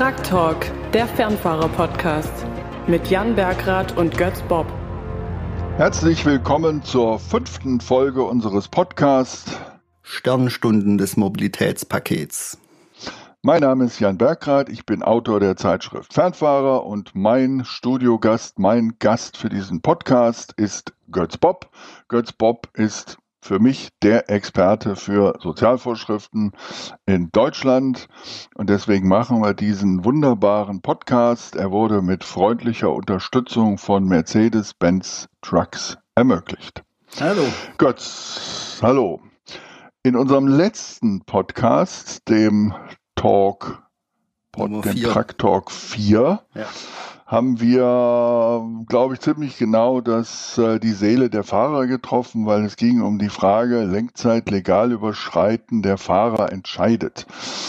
Truck Talk, der Fernfahrer-Podcast mit Jan Bergrath und Götz Bob. Herzlich willkommen zur 5. Folge unseres Podcasts Sternstunden des Mobilitätspakets. Mein Name ist Jan Bergrath, ich bin Autor der Zeitschrift Fernfahrer und mein Studiogast, mein Gast für diesen Podcast ist Götz Bob. Götz Bob ist für mich der Experte für Sozialvorschriften in Deutschland und deswegen machen wir diesen wunderbaren Podcast. Er wurde mit freundlicher Unterstützung von Mercedes-Benz Trucks ermöglicht. Hallo. Götz, hallo. In unserem letzten Podcast, dem Truck Talk 4, ja, haben wir, glaube ich, ziemlich genau die Seele der Fahrer getroffen, weil es ging um die Frage, Lenkzeit legal überschreiten, der Fahrer entscheidet.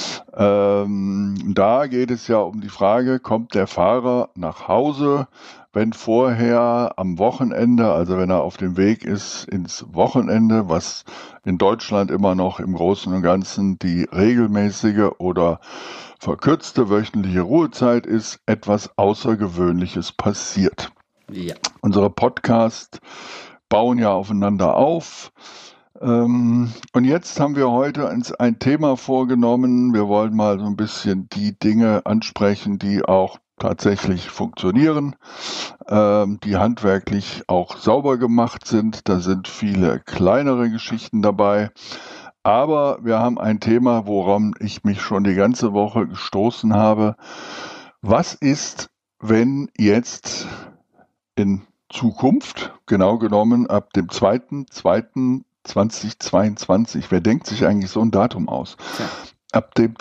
Da geht es ja um die Frage, kommt der Fahrer nach Hause, wenn vorher am Wochenende, also wenn er auf dem Weg ist ins Wochenende, was in Deutschland immer noch im Großen und Ganzen die regelmäßige oder verkürzte wöchentliche Ruhezeit ist, etwas Außergewöhnliches passiert. Ja. Unsere Podcasts bauen ja aufeinander auf. Und jetzt haben wir heute uns ein Thema vorgenommen. Wir wollen mal so ein bisschen die Dinge ansprechen, die auch tatsächlich funktionieren, die handwerklich auch sauber gemacht sind. Da sind viele kleinere Geschichten dabei. Aber wir haben ein Thema, woran ich mich schon die ganze Woche gestoßen habe. Was ist, wenn jetzt in Zukunft, genau genommen ab dem 2.2.2022, wer denkt sich eigentlich so ein Datum aus? Ja. Ab dem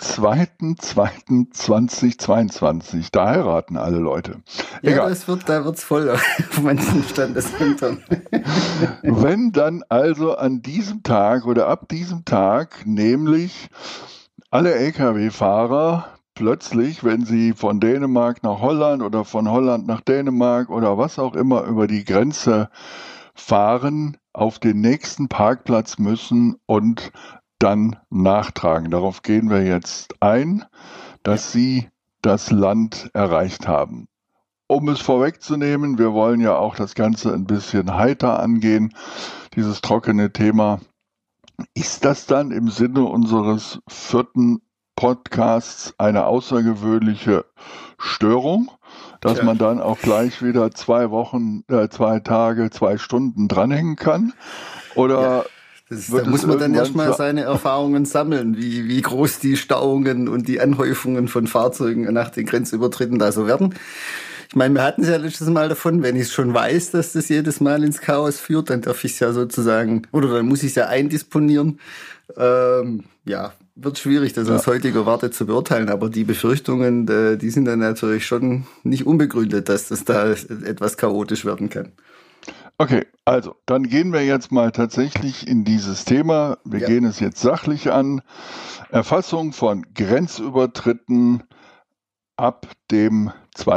2.2.2022, da heiraten alle Leute. Ja, da wird's voll auf manchen Standesämtern. Wenn dann also an diesem Tag oder ab diesem Tag nämlich alle Lkw-Fahrer plötzlich, wenn sie von Dänemark nach Holland oder von Holland nach Dänemark oder was auch immer über die Grenze fahren, auf den nächsten Parkplatz müssen und dann nachtragen. Darauf gehen wir jetzt ein, dass Sie das Land erreicht haben. Um es vorwegzunehmen, wir wollen ja auch das Ganze ein bisschen heiter angehen, dieses trockene Thema. Ist das dann im Sinne unseres 4. Podcasts eine außergewöhnliche Störung, dass man dann auch gleich wieder 2 Tage, 2 Stunden dranhängen kann? Oder da muss man dann erstmal seine Erfahrungen sammeln, wie groß die Stauungen und die Anhäufungen von Fahrzeugen nach den Grenzübertritten da so werden. Ich meine, wir hatten es ja letztes Mal davon, wenn ich es schon weiß, dass das jedes Mal ins Chaos führt, dann darf ich es ja sozusagen, oder dann muss ich es ja eindisponieren. Wird schwierig, das aus heutiger Warte zu beurteilen, aber die Befürchtungen, die sind dann natürlich schon nicht unbegründet, dass das da etwas chaotisch werden kann. Okay, also dann gehen wir jetzt mal tatsächlich in dieses Thema. Wir gehen es jetzt sachlich an. Erfassung von Grenzübertritten ab dem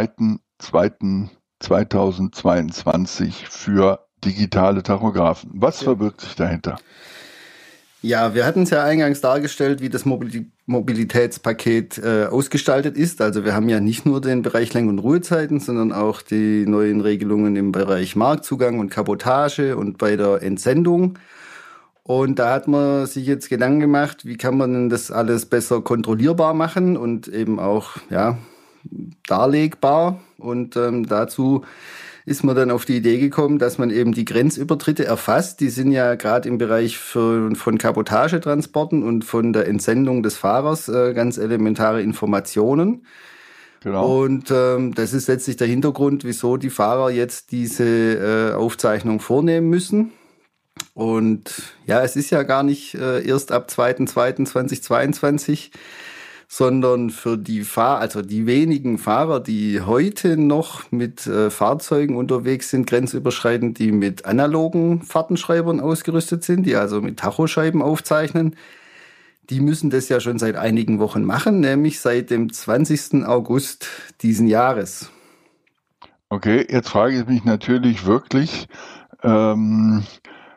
2.2.2022 für digitale Tachografen. Was verbirgt sich dahinter? Ja, wir hatten es ja eingangs dargestellt, wie das Mobilitätspaket ausgestaltet ist. Also wir haben ja nicht nur den Bereich Lenk- und Ruhezeiten, sondern auch die neuen Regelungen im Bereich Marktzugang und Kabotage und bei der Entsendung. Und da hat man sich jetzt Gedanken gemacht, wie kann man denn das alles besser kontrollierbar machen und eben auch darlegbar. Und dazu ist man dann auf die Idee gekommen, dass man eben die Grenzübertritte erfasst. Die sind ja gerade im Bereich von Kabotagetransporten und von der Entsendung des Fahrers ganz elementare Informationen. Genau. Und das ist letztlich der Hintergrund, wieso die Fahrer jetzt diese Aufzeichnung vornehmen müssen. Und ja, es ist ja gar nicht erst ab 2.2.2022, sondern für die wenigen Fahrer, die heute noch mit Fahrzeugen unterwegs sind, grenzüberschreitend, die mit analogen Fahrtenschreibern ausgerüstet sind, die also mit Tachoscheiben aufzeichnen, die müssen das ja schon seit einigen Wochen machen, nämlich seit dem 20. August diesen Jahres. Okay, jetzt frage ich mich natürlich wirklich,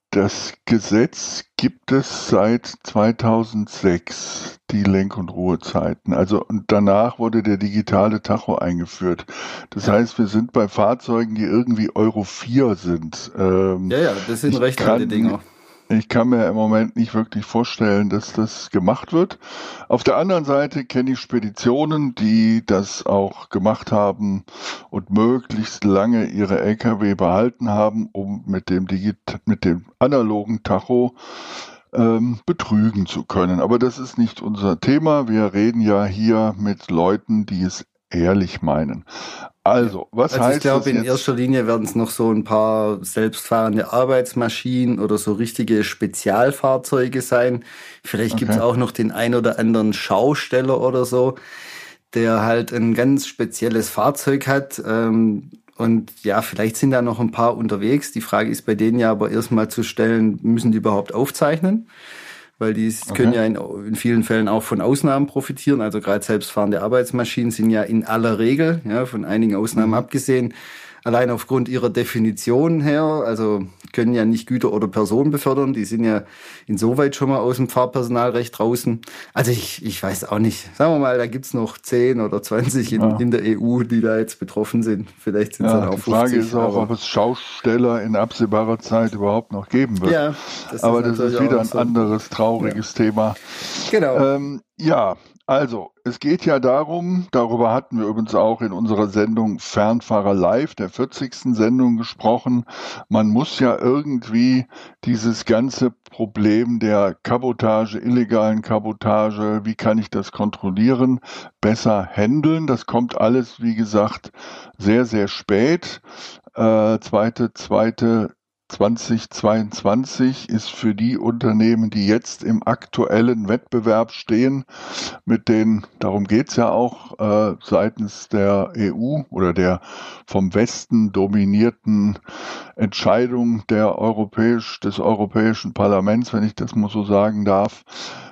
Das Gesetz gibt es seit 2006, die Lenk- und Ruhezeiten. Also und danach wurde der digitale Tacho eingeführt. Das heißt, wir sind bei Fahrzeugen, die irgendwie Euro 4 sind. Ja, das sind recht alte Dinger. Ich kann mir im Moment nicht wirklich vorstellen, dass das gemacht wird. Auf der anderen Seite kenne ich Speditionen, die das auch gemacht haben und möglichst lange ihre LKW behalten haben, um mit dem analogen Tacho betrügen zu können. Aber das ist nicht unser Thema. Wir reden ja hier mit Leuten, die es ehrlich meinen. Also, was heißt das? Ich glaube, in erster Linie werden es noch so ein paar selbstfahrende Arbeitsmaschinen oder so richtige Spezialfahrzeuge sein. Vielleicht gibt es auch noch den ein oder anderen Schausteller oder so, der halt ein ganz spezielles Fahrzeug hat. Und ja, vielleicht sind da noch ein paar unterwegs. Die Frage ist bei denen ja aber erstmal zu stellen, müssen die überhaupt aufzeichnen? Weil die können ja in vielen Fällen auch von Ausnahmen profitieren. Also gerade selbstfahrende Arbeitsmaschinen sind ja in aller Regel, ja, von einigen Ausnahmen abgesehen, allein aufgrund ihrer Definition her, also können ja nicht Güter oder Personen befördern. Die sind ja insoweit schon mal aus dem Fahrpersonalrecht draußen. Also ich weiß auch nicht. Sagen wir mal, da gibt's noch 10 oder 20 in der EU, die da jetzt betroffen sind. Vielleicht sind es dann auch 50. Die Frage ist auch, ob es Schausteller in absehbarer Zeit überhaupt noch geben wird. Ja, aber das ist wieder ein anderes trauriges Thema. Genau. Also, es geht ja darum, darüber hatten wir übrigens auch in unserer Sendung Fernfahrer Live, der 40. Sendung gesprochen. Man muss ja irgendwie dieses ganze Problem der Kabotage, illegalen Kabotage, wie kann ich das kontrollieren, besser handeln. Das kommt alles, wie gesagt, sehr, sehr spät. 2022 ist für die Unternehmen, die jetzt im aktuellen Wettbewerb stehen, darum geht's ja auch, seitens der EU oder der vom Westen dominierten Entscheidung des Europäischen Parlaments, wenn ich das mal so sagen darf,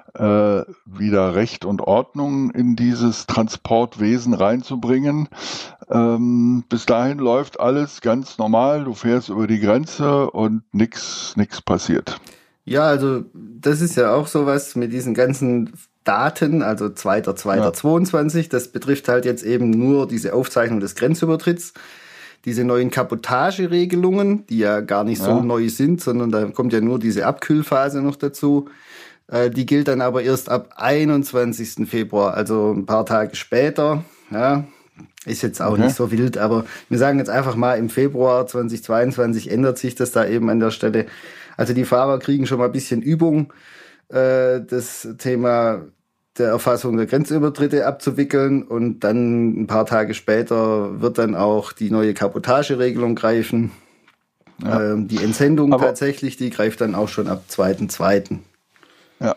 wieder Recht und Ordnung in dieses Transportwesen reinzubringen. Bis dahin läuft alles ganz normal. Du fährst über die Grenze und nix passiert. Ja, also das ist ja auch sowas mit diesen ganzen Daten, also 2.2.22. Das betrifft halt jetzt eben nur diese Aufzeichnung des Grenzübertritts. Diese neuen Kabotageregelungen, die ja gar nicht so neu sind, sondern da kommt ja nur diese Abkühlphase noch dazu. Die gilt dann aber erst ab 21. Februar, also ein paar Tage später. Ja, ist jetzt auch nicht so wild, aber wir sagen jetzt einfach mal, im Februar 2022 ändert sich das da eben an der Stelle. Also die Fahrer kriegen schon mal ein bisschen Übung, das Thema der Erfassung der Grenzübertritte abzuwickeln, und dann ein paar Tage später wird dann auch die neue Kabotageregelung greifen. Die Entsendung tatsächlich, die greift dann auch schon ab 2.2. Ja,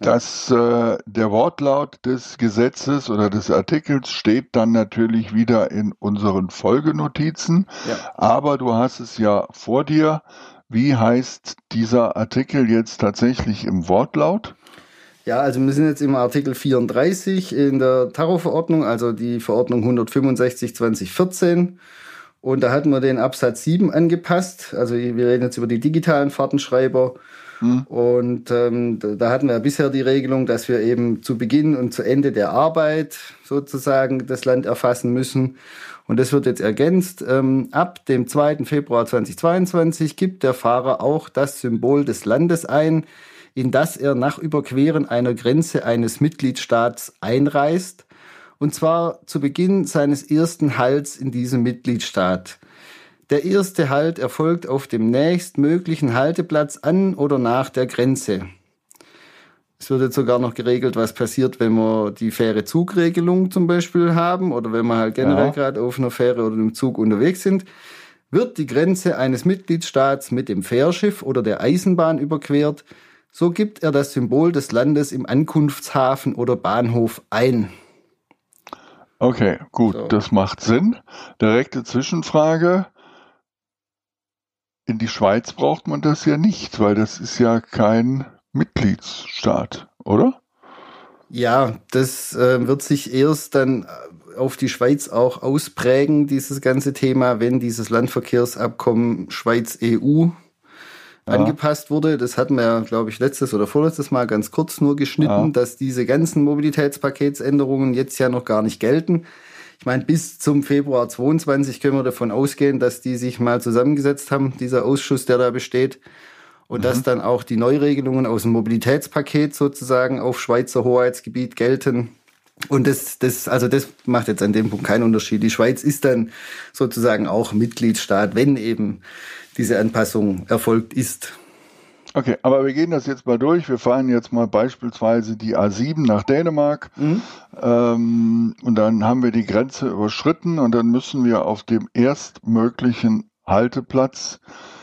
der Wortlaut des Gesetzes oder des Artikels steht dann natürlich wieder in unseren Folgenotizen. Ja. Aber du hast es ja vor dir. Wie heißt dieser Artikel jetzt tatsächlich im Wortlaut? Ja, also wir sind jetzt im Artikel 34 in der Tacho-Verordnung, also die Verordnung 165/2014. Und da hatten wir den Absatz 7 angepasst. Also wir reden jetzt über die digitalen Fahrtenschreiber. Und da hatten wir bisher die Regelung, dass wir eben zu Beginn und zu Ende der Arbeit sozusagen das Land erfassen müssen. Und das wird jetzt ergänzt. Ab dem 2. Februar 2022 gibt der Fahrer auch das Symbol des Landes ein, in das er nach Überqueren einer Grenze eines Mitgliedstaats einreist. Und zwar zu Beginn seines ersten Halts in diesem Mitgliedstaat. Der erste Halt erfolgt auf dem nächstmöglichen Halteplatz an oder nach der Grenze. Es wird jetzt sogar noch geregelt, was passiert, wenn wir die Fähre-Zug-Regelung zum Beispiel haben oder wenn wir halt generell gerade auf einer Fähre oder einem Zug unterwegs sind. Wird die Grenze eines Mitgliedstaats mit dem Fährschiff oder der Eisenbahn überquert, so gibt er das Symbol des Landes im Ankunftshafen oder Bahnhof ein. Okay, gut, das macht Sinn. Direkte Zwischenfrage. In die Schweiz braucht man das ja nicht, weil das ist ja kein Mitgliedsstaat, oder? Ja, das wird sich erst dann auf die Schweiz auch ausprägen, dieses ganze Thema, wenn dieses Landverkehrsabkommen Schweiz-EU angepasst wurde. Das hatten wir ja, glaube ich, letztes oder vorletztes Mal ganz kurz nur geschnitten, dass diese ganzen Mobilitätspaketsänderungen jetzt ja noch gar nicht gelten. Ich meine, bis zum Februar 22 können wir davon ausgehen, dass die sich mal zusammengesetzt haben, dieser Ausschuss, der da besteht, und dass dann auch die Neuregelungen aus dem Mobilitätspaket sozusagen auf Schweizer Hoheitsgebiet gelten. Und das macht jetzt an dem Punkt keinen Unterschied. Die Schweiz ist dann sozusagen auch Mitgliedstaat, wenn eben diese Anpassung erfolgt ist. Okay, aber wir gehen das jetzt mal durch. Wir fahren jetzt mal beispielsweise die A7 nach Dänemark und dann haben wir die Grenze überschritten und dann müssen wir auf dem erstmöglichen Halteplatz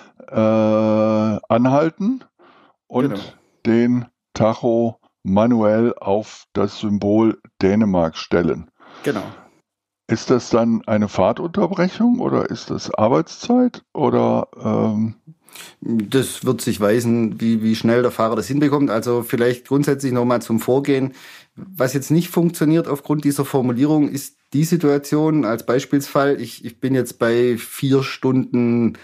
anhalten und den Tacho manuell auf das Symbol Dänemark stellen. Genau. Ist das dann eine Fahrtunterbrechung oder ist das Arbeitszeit oder? Das wird sich weisen, wie schnell der Fahrer das hinbekommt. Also vielleicht grundsätzlich nochmal zum Vorgehen. Was jetzt nicht funktioniert aufgrund dieser Formulierung, ist die Situation als Beispielsfall. Ich bin jetzt bei 4 Stunden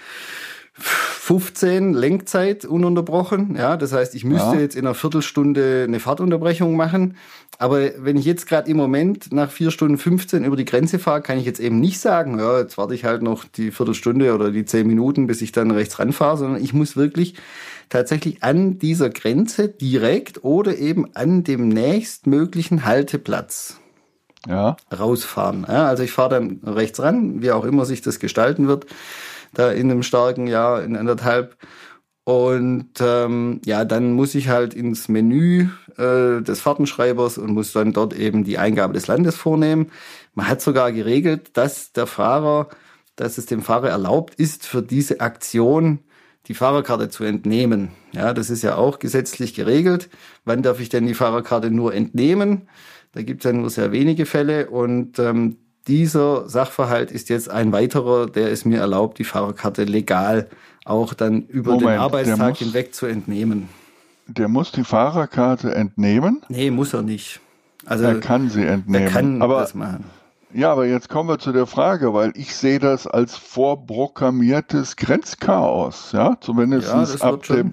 15 Lenkzeit ununterbrochen. Ja, das heißt, ich müsste jetzt in einer Viertelstunde eine Fahrtunterbrechung machen. Aber wenn ich jetzt gerade im Moment nach 4 Stunden 15 über die Grenze fahre, kann ich jetzt eben nicht sagen, ja, jetzt warte ich halt noch die Viertelstunde oder die 10 Minuten, bis ich dann rechts ranfahre, sondern ich muss wirklich tatsächlich an dieser Grenze direkt oder eben an dem nächstmöglichen Halteplatz rausfahren. Ja, also ich fahre dann rechts ran, wie auch immer sich das gestalten wird, da in einem starken Jahr, in 1,5. Und dann muss ich halt ins Menü des Fahrtenschreibers und muss dann dort eben die Eingabe des Landes vornehmen. Man hat sogar geregelt, dass es dem Fahrer erlaubt ist, für diese Aktion die Fahrerkarte zu entnehmen. Ja, das ist ja auch gesetzlich geregelt. Wann darf ich denn die Fahrerkarte nur entnehmen? Da gibt es ja nur sehr wenige Fälle und dieser Sachverhalt ist jetzt ein weiterer, der es mir erlaubt, die Fahrerkarte legal auch dann über den Arbeitstag hinweg zu entnehmen. Der muss die Fahrerkarte entnehmen? Nee, muss er nicht. Also er kann sie entnehmen. Er kann das machen. Ja, aber jetzt kommen wir zu der Frage, weil ich sehe das als vorprogrammiertes Grenzchaos, ja, zumindest ab dem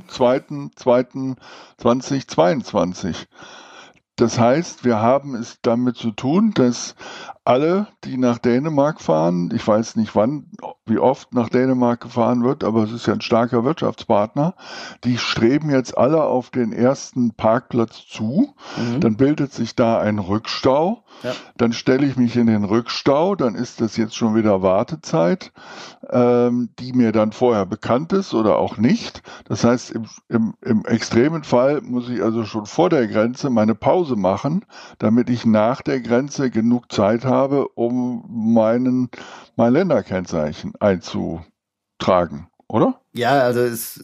2.2.2022. Das heißt, wir haben es damit zu tun, dass alle, die nach Dänemark fahren, ich weiß nicht wann, wie oft nach Dänemark gefahren wird, aber es ist ja ein starker Wirtschaftspartner, die streben jetzt alle auf den ersten Parkplatz zu. Dann bildet sich da ein Rückstau. Ja. Dann stelle ich mich in den Rückstau, dann ist das jetzt schon wieder Wartezeit, die mir dann vorher bekannt ist oder auch nicht. Das heißt, im extremen Fall muss ich also schon vor der Grenze meine Pause machen, damit ich nach der Grenze genug Zeit habe, um mein Länderkennzeichen einzutragen, oder? Ja, also es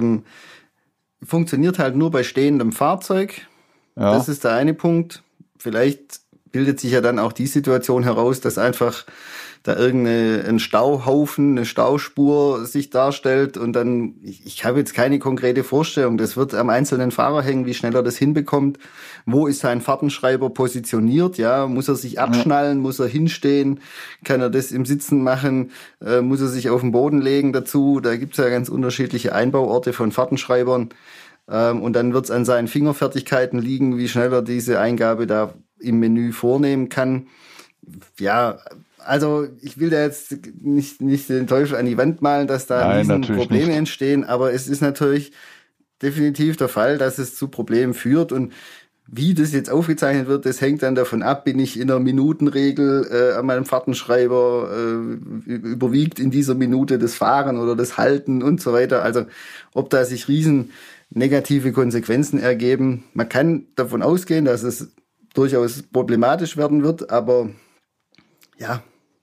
funktioniert halt nur bei stehendem Fahrzeug. Ja. Das ist der eine Punkt. Vielleicht bildet sich ja dann auch die Situation heraus, dass einfach da irgendein Stauhaufen, eine Stauspur sich darstellt und dann, ich habe jetzt keine konkrete Vorstellung, das wird am einzelnen Fahrer hängen, wie schnell er das hinbekommt, wo ist sein Fahrtenschreiber positioniert, ja, muss er sich abschnallen, muss er hinstehen, kann er das im Sitzen machen, muss er sich auf den Boden legen dazu, da gibt's ja ganz unterschiedliche Einbauorte von Fahrtenschreibern und dann wird's an seinen Fingerfertigkeiten liegen, wie schnell er diese Eingabe da im Menü vornehmen kann. Ja, also ich will da jetzt nicht den Teufel an die Wand malen, dass da riesen Probleme entstehen, aber es ist natürlich definitiv der Fall, dass es zu Problemen führt und wie das jetzt aufgezeichnet wird, das hängt dann davon ab, bin ich in einer Minutenregel an meinem Fahrtenschreiber, überwiegt in dieser Minute das Fahren oder das Halten und so weiter. Also ob da sich riesen negative Konsequenzen ergeben. Man kann davon ausgehen, dass es durchaus problematisch werden wird, aber ja,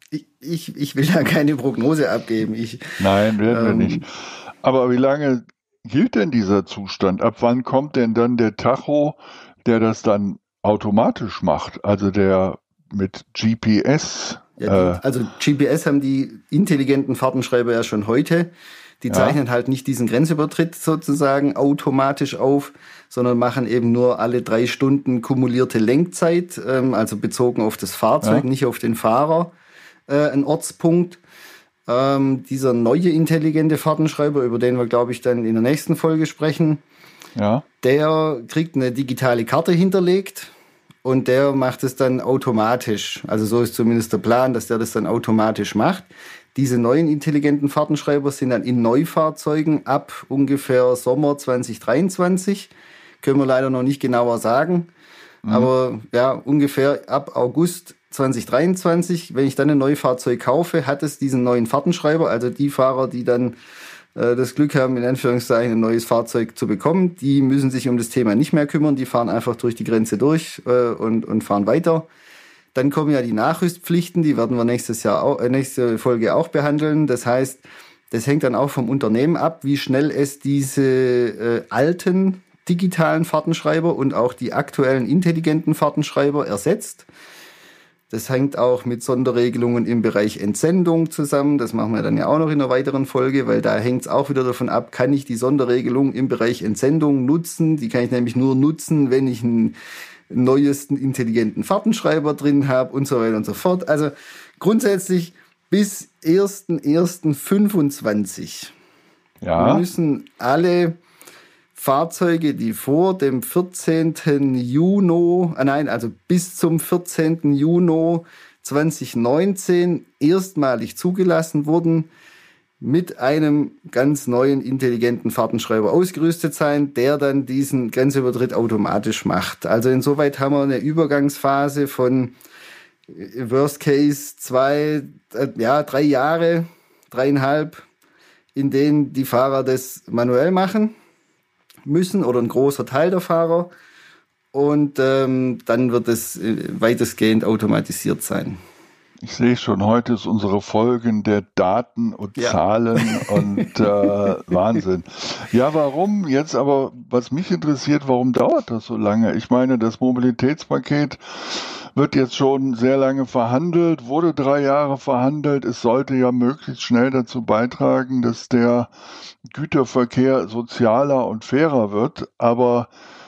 ich will da keine Prognose abgeben. Nein, werden wir nicht. Aber wie lange gilt denn dieser Zustand? Ab wann kommt denn dann der Tacho, der das dann automatisch macht? Also der mit GPS? Ja, also GPS haben die intelligenten Fahrtenschreiber ja schon heute. Die zeichnen halt nicht diesen Grenzübertritt sozusagen automatisch auf, sondern machen eben nur alle 3 Stunden kumulierte Lenkzeit, also bezogen auf das Fahrzeug, nicht auf den Fahrer, einen Ortspunkt. Dieser neue intelligente Fahrtenschreiber, über den wir, glaube ich, dann in der nächsten Folge sprechen, der kriegt eine digitale Karte hinterlegt und der macht es dann automatisch. Also so ist zumindest der Plan, dass der das dann automatisch macht. Diese neuen intelligenten Fahrtenschreiber sind dann in Neufahrzeugen ab ungefähr Sommer 2023. Können wir leider noch nicht genauer sagen. Aber ja, ungefähr ab August 2023, wenn ich dann ein Neufahrzeug kaufe, hat es diesen neuen Fahrtenschreiber. Also die Fahrer, die dann das Glück haben, in Anführungszeichen ein neues Fahrzeug zu bekommen, die müssen sich um das Thema nicht mehr kümmern. Die fahren einfach durch die Grenze durch und fahren weiter. Dann kommen ja die Nachrüstpflichten, die werden wir nächste Folge auch behandeln. Das heißt, das hängt dann auch vom Unternehmen ab, wie schnell es diese alten digitalen Fahrtenschreiber und auch die aktuellen intelligenten Fahrtenschreiber ersetzt. Das hängt auch mit Sonderregelungen im Bereich Entsendung zusammen. Das machen wir dann ja auch noch in einer weiteren Folge, weil da hängt es auch wieder davon ab, kann ich die Sonderregelung im Bereich Entsendung nutzen. Die kann ich nämlich nur nutzen, wenn ich einen neuesten intelligenten Fahrtenschreiber drin habe und so weiter und so fort. Also grundsätzlich bis 1.1.25 müssen alle Fahrzeuge, die vor dem 14. Juni, also bis zum 14. Juni 2019 erstmalig zugelassen wurden, mit einem ganz neuen intelligenten Fahrtenschreiber ausgerüstet sein, der dann diesen Grenzübertritt automatisch macht. Also insoweit haben wir eine Übergangsphase von Worst Case 3 Jahre, 3,5, in denen die Fahrer das manuell machen müssen oder ein großer Teil der Fahrer und dann wird es weitestgehend automatisiert sein. Ich sehe schon, heute ist unsere Folgen der Daten und Zahlen und Wahnsinn. Ja, warum jetzt aber, was mich interessiert, warum dauert das so lange? Ich meine, das Mobilitätspaket wird jetzt schon sehr lange verhandelt, wurde 3 Jahre verhandelt. Es sollte ja möglichst schnell dazu beitragen, dass der Güterverkehr sozialer und fairer wird. Aber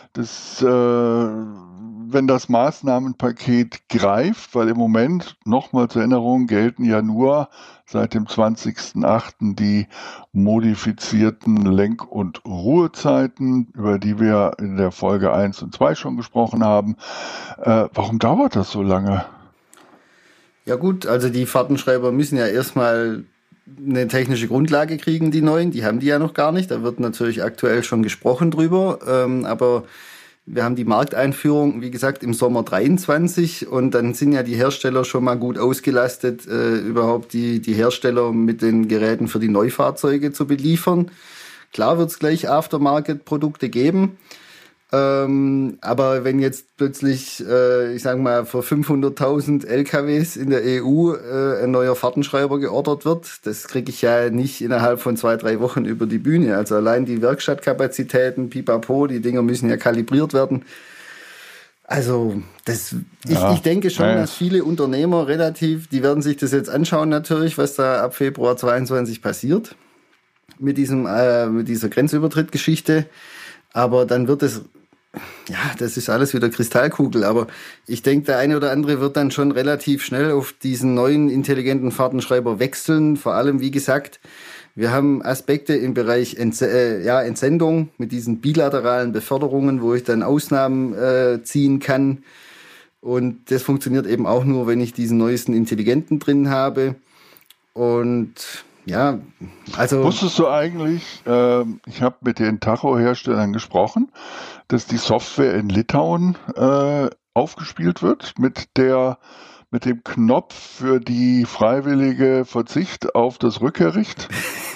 wenn das Maßnahmenpaket greift, weil im Moment, nochmal zur Erinnerung, gelten ja nur seit dem 20.08. die modifizierten Lenk- und Ruhezeiten, über die wir in der Folge 1 und 2 schon gesprochen haben. Warum dauert das so lange? Ja gut, also die Fahrtenschreiber müssen ja erstmal eine technische Grundlage kriegen, die neuen. Die haben die ja noch gar nicht. Da wird natürlich aktuell schon gesprochen drüber. Aber wir haben die Markteinführung, wie gesagt, im Sommer 23 und dann sind ja die Hersteller schon mal gut ausgelastet, überhaupt die Hersteller mit den Geräten für die Neufahrzeuge zu beliefern. Klar wird es gleich Aftermarket-Produkte geben, aber wenn jetzt plötzlich, ich sage mal, für 500.000 LKWs in der EU ein neuer Fahrtenschreiber geordert wird, das kriege ich ja nicht innerhalb von 2-3 Wochen über die Bühne. Also allein die Werkstattkapazitäten, pipapo, die Dinger müssen ja kalibriert werden. Also ich denke schon, dass viele Unternehmer die werden sich das jetzt anschauen natürlich, was da ab Februar 22 passiert mit dieser Grenzübertrittgeschichte. Aber dann wird es, das ist alles wieder Kristallkugel, aber ich denke, der eine oder andere wird dann schon relativ schnell auf diesen neuen intelligenten Fahrtenschreiber wechseln. Vor allem, wie gesagt, wir haben Aspekte im Bereich Entsendung mit diesen bilateralen Beförderungen, wo ich dann Ausnahmen ziehen kann. Und das funktioniert eben auch nur, wenn ich diesen neuesten Intelligenten drin habe. Und ja, also... Wusstest du eigentlich, ich habe mit den Tacho-Herstellern gesprochen, dass die Software in Litauen aufgespielt wird mit dem Knopf für die freiwillige Verzicht auf das Rückkehrrecht?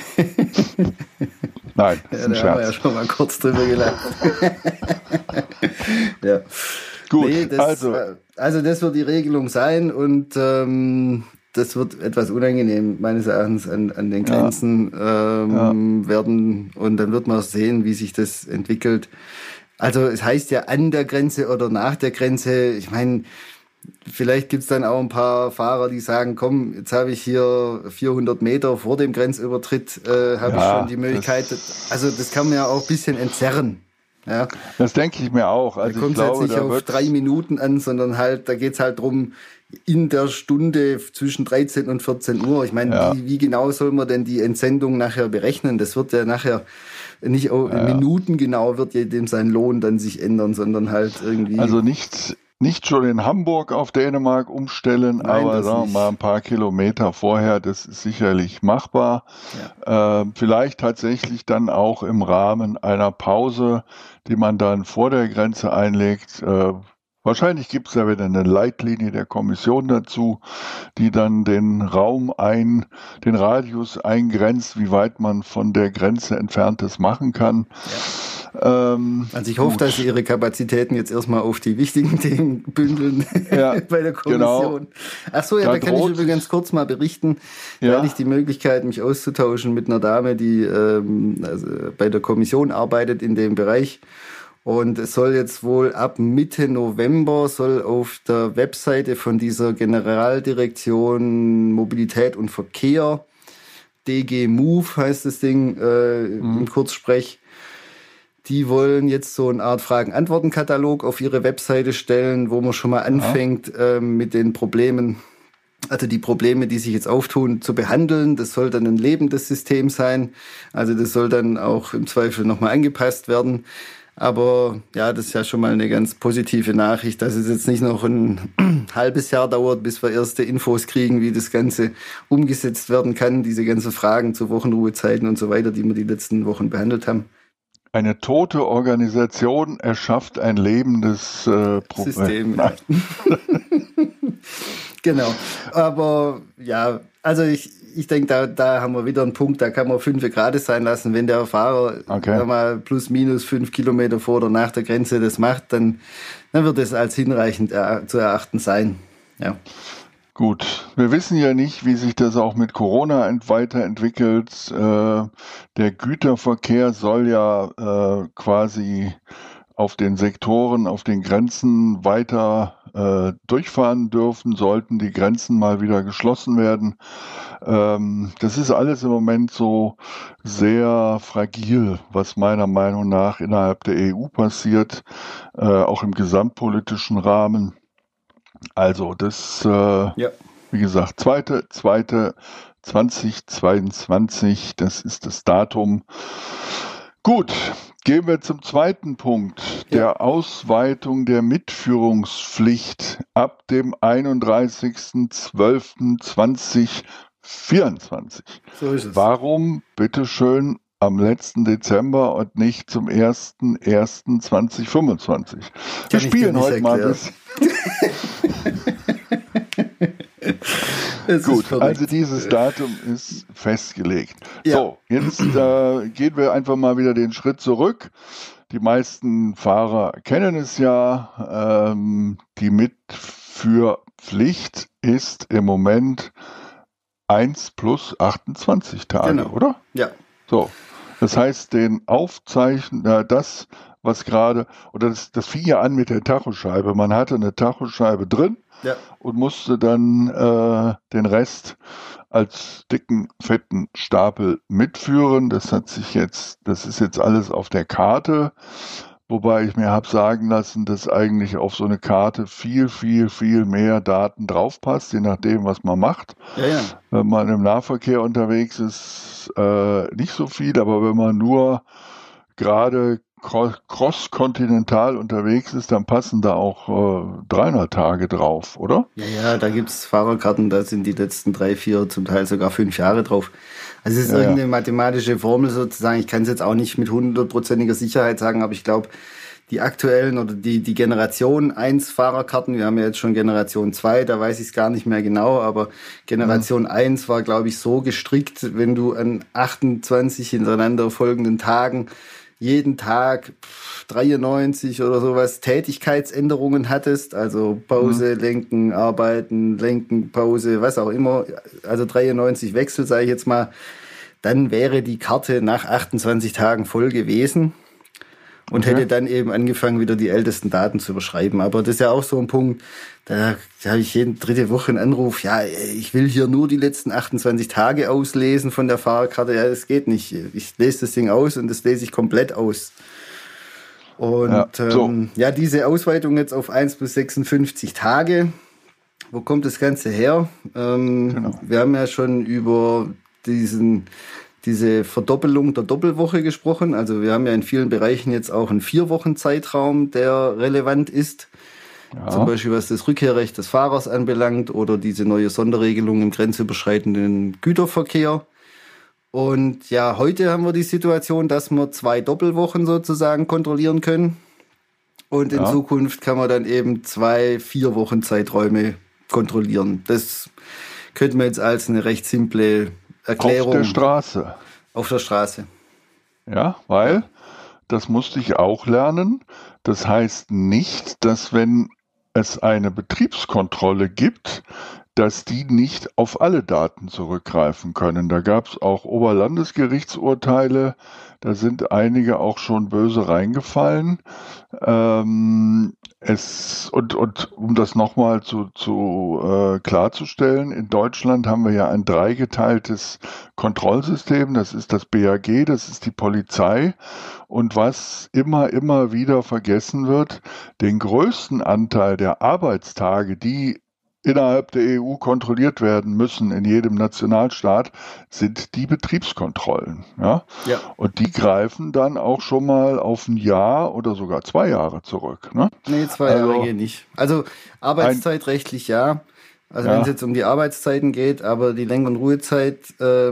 Nein, das ist ein da Scherz. haben wir ja schon mal kurz drüber gelacht. Ja. Gut, also das wird die Regelung sein und das wird etwas unangenehm, meines Erachtens, an den Grenzen werden. Und dann wird man sehen, wie sich das entwickelt. Also es heißt ja an der Grenze oder nach der Grenze. Ich meine, vielleicht gibt's dann auch ein paar Fahrer, die sagen, komm, jetzt habe ich hier 400 Meter vor dem Grenzübertritt, habe ich schon die Möglichkeit. Also das kann man ja auch ein bisschen entzerren. Ja. Das denke ich mir auch. Also da kommt es jetzt nicht auf 3 Minuten an, sondern halt, da geht es halt drum, in der Stunde zwischen 13 und 14 Uhr. Ich meine, wie genau soll man denn die Entsendung nachher berechnen? Das wird ja nachher nicht Minuten genau wird jedem sein Lohn dann sich ändern, sondern halt irgendwie. Also nicht schon in Hamburg auf Dänemark umstellen, Nein, aber sagen wir mal ein paar Kilometer vorher, das ist sicherlich machbar. Ja. Vielleicht tatsächlich dann auch im Rahmen einer Pause, die man dann vor der Grenze einlegt. Wahrscheinlich gibt es ja wieder eine Leitlinie der Kommission dazu, die dann den Radius eingrenzt, wie weit man von der Grenze Entferntes machen kann. Ja. Also ich hoffe, dass Sie Ihre Kapazitäten jetzt erstmal auf die wichtigen Themen bündeln bei der Kommission. Genau. Ach so, ja, da kann ich übrigens kurz mal berichten. Da hatte ich die Möglichkeit, mich auszutauschen mit einer Dame, die also bei der Kommission arbeitet in dem Bereich. Und es soll jetzt wohl ab Mitte November soll auf der Webseite von dieser Generaldirektion Mobilität und Verkehr, DG Move heißt das Ding im Kurzsprech, die wollen jetzt so eine Art Fragen-Antworten-Katalog auf ihre Webseite stellen, wo man schon mal anfängt mit den Problemen, also die Probleme, die sich jetzt auftun, zu behandeln. Das soll dann ein lebendes System sein. Also das soll dann auch im Zweifel nochmal angepasst werden. Aber ja, das ist ja schon mal eine ganz positive Nachricht, dass es jetzt nicht noch ein halbes Jahr dauert, bis wir erste Infos kriegen, wie das Ganze umgesetzt werden kann. Diese ganzen Fragen zu Wochenruhezeiten und so weiter, die wir die letzten Wochen behandelt haben. Eine tote Organisation erschafft ein lebendes System. Ja. Genau. Aber ja, also ich denke, da haben wir wieder einen Punkt, da kann man 5 Grad sein lassen. Wenn der Fahrer mal plus minus 5 Kilometer vor oder nach der Grenze das macht, dann wird es als hinreichend zu erachten sein. Ja. Gut, wir wissen ja nicht, wie sich das auch mit Corona weiterentwickelt. Der Güterverkehr soll ja quasi auf den Sektoren, auf den Grenzen weiter durchfahren dürfen, sollten die Grenzen mal wieder geschlossen werden. Das ist alles im Moment so sehr fragil, was meiner Meinung nach innerhalb der EU passiert, auch im gesamtpolitischen Rahmen. Also das, wie gesagt, zweite 2022, das ist das Datum. Gut, gehen wir zum zweiten Punkt, der Ausweitung der Mitführungspflicht ab dem 31.12.2024. So ist es. Warum, bitteschön, am letzten Dezember und nicht zum 1.1.2025? Wir spielen heute mal ein bisschen. Gut, also dieses Datum ist festgelegt. Ja. So, jetzt gehen wir einfach mal wieder den Schritt zurück. Die meisten Fahrer kennen es ja. Die Mitführpflicht ist im Moment 1 plus 28 Tage, oder? Ja. So, das heißt, das, was gerade, oder das fing ja an mit der Tachoscheibe. Man hatte eine Tachoscheibe drin und musste dann den Rest als dicken, fetten Stapel mitführen. Das ist jetzt alles auf der Karte. Wobei ich mir habe sagen lassen, dass eigentlich auf so eine Karte viel, viel, viel mehr Daten draufpasst, je nachdem, was man macht. Ja. Wenn man im Nahverkehr unterwegs ist, nicht so viel, aber wenn man nur gerade cross-kontinental unterwegs ist, dann passen da auch 300 Tage drauf, oder? Ja, da gibt's Fahrerkarten, da sind die letzten 3, 4, zum Teil sogar 5 Jahre drauf. Also es ist irgendeine mathematische Formel sozusagen. Ich kann es jetzt auch nicht mit 100%iger Sicherheit sagen, aber ich glaube, die aktuellen oder die Generation 1 Fahrerkarten, wir haben ja jetzt schon Generation 2, da weiß ich es gar nicht mehr genau, aber Generation 1 war, glaube ich, so gestrickt, wenn du an 28 hintereinander folgenden Tagen jeden Tag 93 oder sowas Tätigkeitsänderungen hattest, also Pause, Lenken, Arbeiten, Lenken, Pause, was auch immer, also 93 Wechsel, sage ich jetzt mal, dann wäre die Karte nach 28 Tagen voll gewesen und hätte dann eben angefangen, wieder die ältesten Daten zu überschreiben. Aber das ist ja auch so ein Punkt, da habe ich jede 3. Woche einen Anruf, ja, ich will hier nur die letzten 28 Tage auslesen von der Fahrerkarte. Ja, das geht nicht. Ich lese das Ding aus und das lese ich komplett aus. Und diese Ausweitung jetzt auf 1 bis 56 Tage, wo kommt das Ganze her? Wir haben ja schon über diese Verdoppelung der Doppelwoche gesprochen. Also wir haben ja in vielen Bereichen jetzt auch einen 4-Wochen-Zeitraum, der relevant ist. Ja. Zum Beispiel was das Rückkehrrecht des Fahrers anbelangt oder diese neue Sonderregelung im grenzüberschreitenden Güterverkehr. Und ja, heute haben wir die Situation, dass wir 2 Doppelwochen sozusagen kontrollieren können. Und in Zukunft kann man dann eben 2 4-Wochen-Zeiträume kontrollieren. Das könnte man jetzt als eine recht simple Erklärung. Auf der Straße. Ja, weil, das musste ich auch lernen, das heißt nicht, dass wenn es eine Betriebskontrolle gibt, dass die nicht auf alle Daten zurückgreifen können. Da gab es auch Oberlandesgerichtsurteile, da sind einige auch schon böse reingefallen. Und um das nochmal klarzustellen, in Deutschland haben wir ja ein 3-geteiltes Kontrollsystem. Das ist das BAG, das ist die Polizei. Und was immer wieder vergessen wird, den größten Anteil der Arbeitstage, die innerhalb der EU kontrolliert werden müssen in jedem Nationalstaat, sind die Betriebskontrollen. Ja? Ja. Und die greifen dann auch schon mal auf ein Jahr oder sogar 2 Jahre zurück. Ne? Nee, 2 Jahre gehen nicht. Also arbeitszeitrechtlich ja. Also wenn es jetzt um die Arbeitszeiten geht, aber die Lenk- und Ruhezeit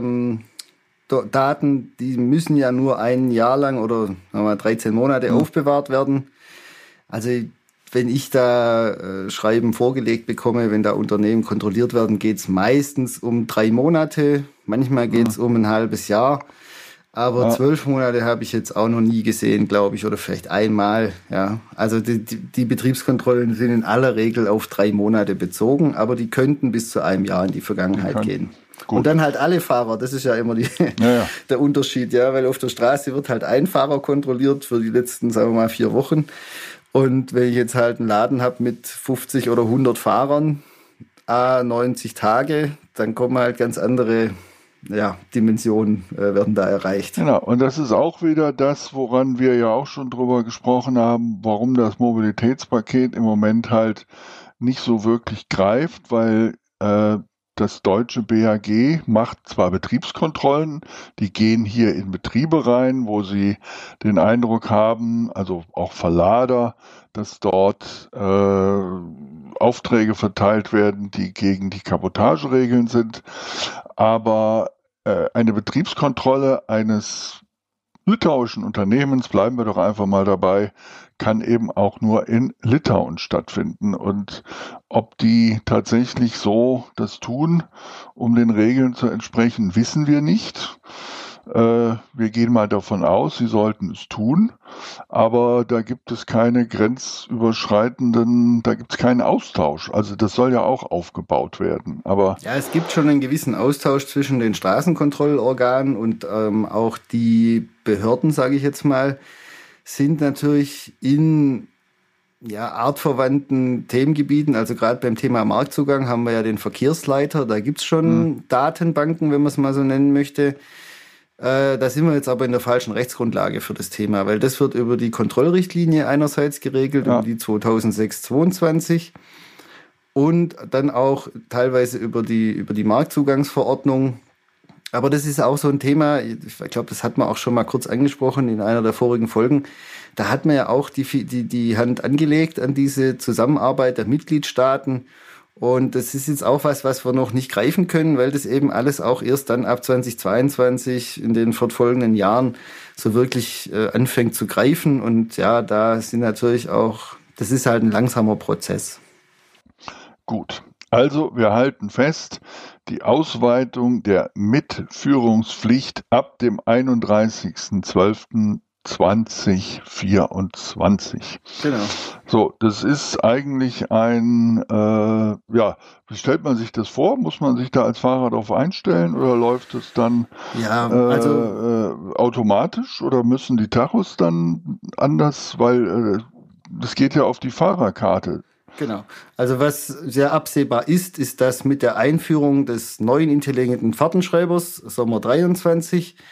Daten, die müssen ja nur ein Jahr lang oder 13 Monate aufbewahrt werden. Also wenn ich da Schreiben vorgelegt bekomme, wenn da Unternehmen kontrolliert werden, geht es meistens um 3 Monate. Manchmal geht es um ein halbes Jahr. Aber 12 Monate habe ich jetzt auch noch nie gesehen, glaube ich, oder vielleicht einmal. Ja, also die Betriebskontrollen sind in aller Regel auf 3 Monate bezogen, aber die könnten bis zu einem Jahr in die Vergangenheit gehen. Gut. Und dann halt alle Fahrer, das ist ja immer der Unterschied, ja, weil auf der Straße wird halt ein Fahrer kontrolliert für die letzten, sagen wir mal, 4 Wochen. Und wenn ich jetzt halt einen Laden habe mit 50 oder 100 Fahrern, 90 Tage, dann kommen halt ganz andere Dimensionen werden da erreicht. Genau, und das ist auch wieder das, woran wir ja auch schon drüber gesprochen haben, warum das Mobilitätspaket im Moment halt nicht so wirklich greift, weil das deutsche BAG macht zwar Betriebskontrollen, die gehen hier in Betriebe rein, wo sie den Eindruck haben, also auch Verlader, dass dort Aufträge verteilt werden, die gegen die Kabotageregeln sind. Aber eine Betriebskontrolle eines litauischen Unternehmens, bleiben wir doch einfach mal dabei, kann eben auch nur in Litauen stattfinden. Und ob die tatsächlich so das tun, um den Regeln zu entsprechen, wissen wir nicht. Wir gehen mal davon aus, sie sollten es tun, aber da gibt es keine grenzüberschreitenden, da gibt es keinen Austausch. Also das soll ja auch aufgebaut werden. Aber ja, es gibt schon einen gewissen Austausch zwischen den Straßenkontrollorganen und auch die Behörden, sage ich jetzt mal, sind natürlich in artverwandten Themengebieten, also gerade beim Thema Marktzugang haben wir ja den Verkehrsleiter, da gibt's schon Datenbanken, wenn man es mal so nennen möchte. Da sind wir jetzt aber in der falschen Rechtsgrundlage für das Thema, weil das wird über die Kontrollrichtlinie einerseits geregelt, über die 2006/22 und dann auch teilweise über die Marktzugangsverordnung. Aber das ist auch so ein Thema, ich glaube, das hat man auch schon mal kurz angesprochen in einer der vorigen Folgen. Da hat man ja auch die Hand angelegt an diese Zusammenarbeit der Mitgliedstaaten. Und das ist jetzt auch was wir noch nicht greifen können, weil das eben alles auch erst dann ab 2022 in den fortfolgenden Jahren so wirklich anfängt zu greifen. Und ja, da sind natürlich auch, das ist halt ein langsamer Prozess. Gut, also wir halten fest, die Ausweitung der Mitführungspflicht ab dem 31.12.2024. Genau. So, das ist eigentlich wie stellt man sich das vor? Muss man sich da als Fahrer darauf einstellen oder läuft es dann automatisch oder müssen die Tachos dann anders, weil das geht ja auf die Fahrerkarte. Genau. Also was sehr absehbar ist, dass mit der Einführung des neuen intelligenten Fahrtenschreibers Sommer 23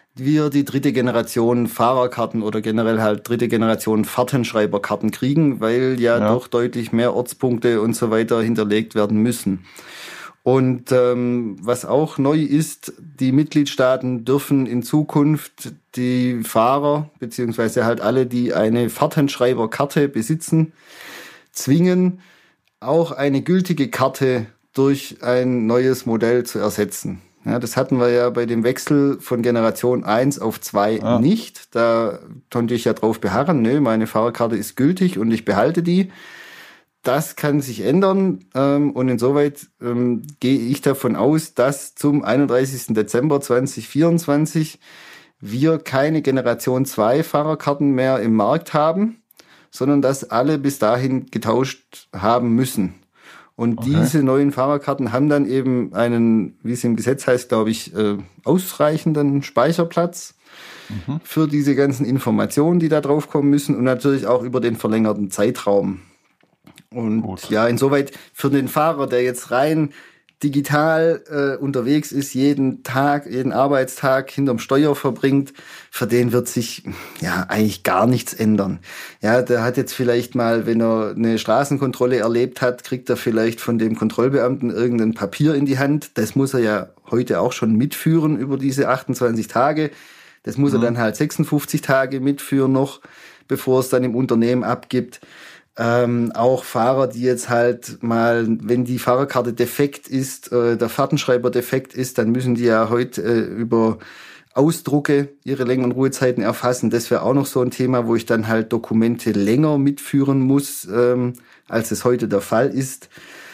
wir die dritte Generation Fahrerkarten oder generell halt dritte Generation Fahrtenschreiberkarten kriegen, weil ja doch deutlich mehr Ortspunkte und so weiter hinterlegt werden müssen. Und was auch neu ist, die Mitgliedstaaten dürfen in Zukunft die Fahrer, beziehungsweise halt alle, die eine Fahrtenschreiberkarte besitzen, zwingen, auch eine gültige Karte durch ein neues Modell zu ersetzen. Ja, das hatten wir ja bei dem Wechsel von Generation 1 auf 2 nicht. Da konnte ich ja drauf beharren, nö, meine Fahrerkarte ist gültig und ich behalte die. Das kann sich ändern und insoweit gehe ich davon aus, dass zum 31. Dezember 2024 wir keine Generation 2 Fahrerkarten mehr im Markt haben, sondern dass alle bis dahin getauscht haben müssen. Und diese neuen Fahrerkarten haben dann eben einen, wie es im Gesetz heißt, glaube ich, ausreichenden Speicherplatz für diese ganzen Informationen, die da drauf kommen müssen und natürlich auch über den verlängerten Zeitraum. Und ja, insoweit für den Fahrer, der jetzt rein digital unterwegs ist, jeden Arbeitstag hinterm Steuer verbringt, für den wird sich ja eigentlich gar nichts ändern. Ja, der hat jetzt vielleicht mal, wenn er eine Straßenkontrolle erlebt hat, kriegt er vielleicht von dem Kontrollbeamten irgendein Papier in die Hand. Das muss er ja heute auch schon mitführen über diese 28 Tage. Das muss er dann halt 56 Tage mitführen noch, bevor es dann im Unternehmen abgibt. Auch Fahrer, die jetzt halt mal, wenn die Fahrerkarte defekt ist, der Fahrtenschreiber defekt ist, dann müssen die ja heute über Ausdrucke ihre Längen- und Ruhezeiten erfassen. Das wäre auch noch so ein Thema, wo ich dann halt Dokumente länger mitführen muss, als es heute der Fall ist.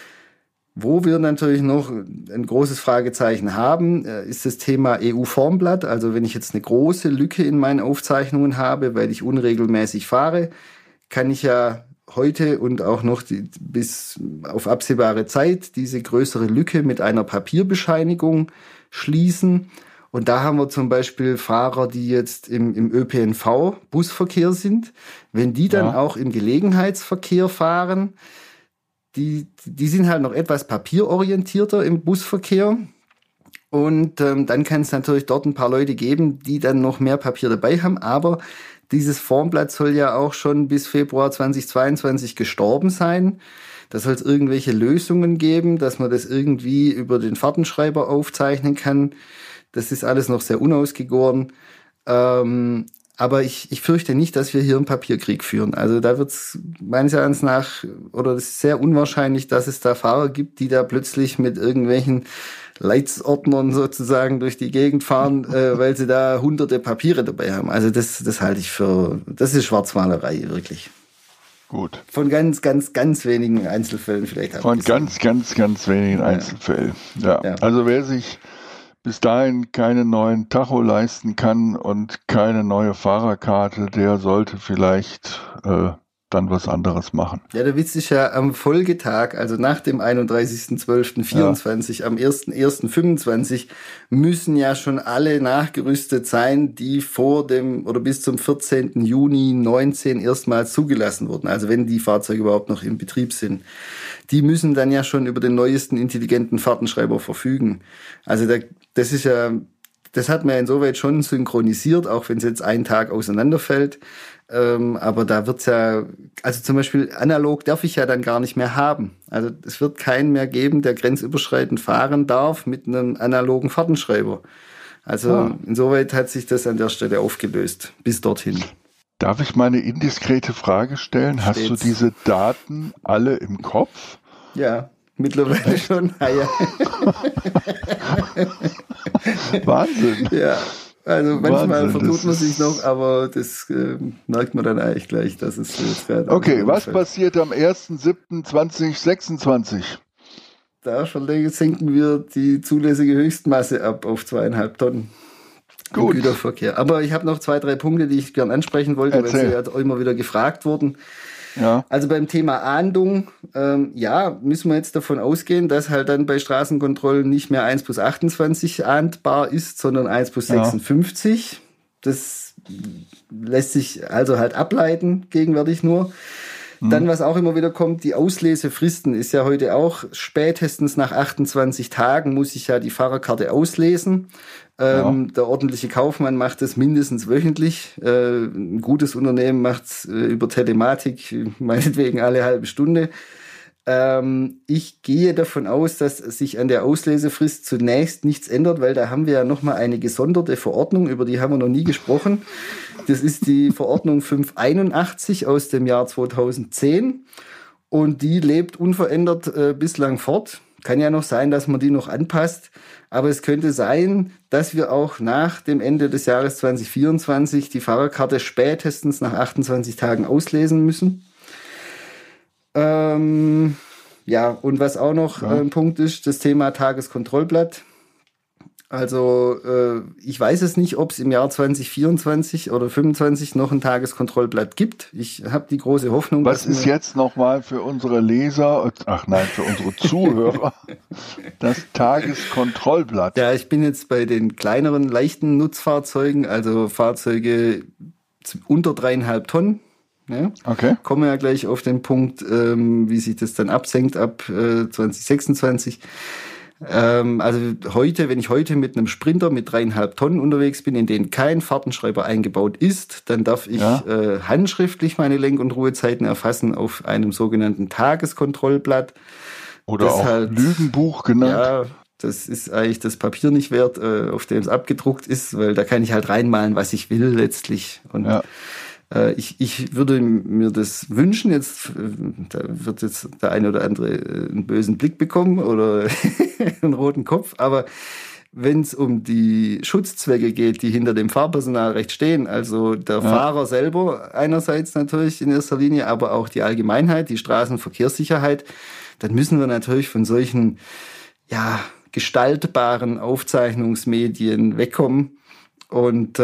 Wo wir natürlich noch ein großes Fragezeichen haben, ist das Thema EU-Formblatt. Also wenn ich jetzt eine große Lücke in meinen Aufzeichnungen habe, weil ich unregelmäßig fahre, kann ich ja heute und auch noch bis auf absehbare Zeit diese größere Lücke mit einer Papierbescheinigung schließen. Und da haben wir zum Beispiel Fahrer, die jetzt im ÖPNV-Busverkehr sind. Wenn die dann auch im Gelegenheitsverkehr fahren, die sind halt noch etwas papierorientierter im Busverkehr. Und dann kann es natürlich dort ein paar Leute geben, die dann noch mehr Papier dabei haben. Aber dieses Formblatt soll ja auch schon bis Februar 2022 gestorben sein. Da soll es irgendwelche Lösungen geben, dass man das irgendwie über den Fahrtenschreiber aufzeichnen kann. Das ist alles noch sehr unausgegoren. Aber ich fürchte nicht, dass wir hier einen Papierkrieg führen. Also da wird es meines Erachtens nach, oder es ist sehr unwahrscheinlich, dass es da Fahrer gibt, die da plötzlich mit irgendwelchen Leitsordnern sozusagen durch die Gegend fahren, weil sie da hunderte Papiere dabei haben. Also das halte ich für, das ist Schwarzmalerei, wirklich. Gut. Von ganz, ganz, ganz wenigen Einzelfällen vielleicht. Von ganz, ganz, ganz wenigen Einzelfällen. Ja. Also wer sich bis dahin keine neuen Tacho leisten kann und keine neue Fahrerkarte, der sollte vielleicht dann was anderes machen. Ja, der Witz ist ja am Folgetag, also nach dem 31.12.24, am 1.1.25 müssen ja schon alle nachgerüstet sein, die vor dem oder bis zum 14. Juni 19 erstmals zugelassen wurden. Also wenn die Fahrzeuge überhaupt noch in Betrieb sind. Die müssen dann ja schon über den neuesten intelligenten Fahrtenschreiber verfügen. Also das ist ja, das hat man ja insoweit schon synchronisiert, auch wenn es jetzt einen Tag auseinanderfällt. Aber da wird's ja, also zum Beispiel analog darf ich ja dann gar nicht mehr haben. Also es wird keinen mehr geben, der grenzüberschreitend fahren darf mit einem analogen Fahrtenschreiber. Also insoweit hat sich das an der Stelle aufgelöst, bis dorthin. Darf ich mal eine indiskrete Frage stellen? Stets. Hast du diese Daten alle im Kopf? Ja, mittlerweile schon. Ah, ja. Wahnsinn. Ja. Also manchmal Wahnsinn, vertut man sich noch, aber das merkt man dann eigentlich gleich, dass es jetzt gerade. Okay, was passiert am 1.7.2026? Da senken wir die zulässige Höchstmasse ab auf 2,5 Tonnen. Gut. Im Güterverkehr. Aber ich habe noch 2, 3 Punkte, die ich gern ansprechen wollte, weil sie ja immer wieder gefragt wurden. Ja. Also beim Thema Ahndung, müssen wir jetzt davon ausgehen, dass halt dann bei Straßenkontrollen nicht mehr 1+28 ahndbar ist, sondern 1+56. Ja. Das lässt sich also halt ableiten, gegenwärtig nur. Dann, was auch immer wieder kommt, die Auslesefristen ist ja heute auch spätestens nach 28 Tagen muss ich ja die Fahrerkarte auslesen. Der ordentliche Kaufmann macht es mindestens wöchentlich. Ein gutes Unternehmen macht es über Telematik, meinetwegen alle halbe Stunde. Ich gehe davon aus, dass sich an der Auslesefrist zunächst nichts ändert, weil da haben wir ja nochmal eine gesonderte Verordnung, über die haben wir noch nie gesprochen. Das ist die Verordnung 581 aus dem Jahr 2010 und die lebt unverändert bislang fort. Kann ja noch sein, dass man die noch anpasst, aber es könnte sein, dass wir auch nach dem Ende des Jahres 2024 die Fahrerkarte spätestens nach 28 Tagen auslesen müssen. Ja, und was auch noch ein Punkt ist, das Thema Tageskontrollblatt. Also ich weiß es nicht, ob es im Jahr 2024 oder 2025 noch ein Tageskontrollblatt gibt. Ich habe die große Hoffnung. Was ist jetzt nochmal für unsere Leser, für unsere Zuhörer, das Tageskontrollblatt? Ja, ich bin jetzt bei den kleineren, leichten Nutzfahrzeugen, also Fahrzeuge unter 3,5 Tonnen. Ja, okay. Kommen wir ja gleich auf den Punkt, wie sich das dann absenkt ab 2026. Also wenn ich heute mit einem Sprinter mit 3,5 Tonnen unterwegs bin, in den kein Fahrtenschreiber eingebaut ist, dann darf ich handschriftlich meine Lenk- und Ruhezeiten erfassen auf einem sogenannten Tageskontrollblatt. Oder auch halt, Lügenbuch genannt. Ja, das ist eigentlich das Papier nicht wert, auf dem es abgedruckt ist, weil da kann ich halt reinmalen, was ich will letztlich. Und ich würde mir das wünschen, da wird jetzt der eine oder andere einen bösen Blick bekommen oder einen roten Kopf, aber wenn es um die Schutzzwecke geht, die hinter dem Fahrpersonalrecht stehen, also der Fahrer selber einerseits natürlich in erster Linie, aber auch die Allgemeinheit, die Straßenverkehrssicherheit, dann müssen wir natürlich von solchen gestaltbaren Aufzeichnungsmedien wegkommen. Und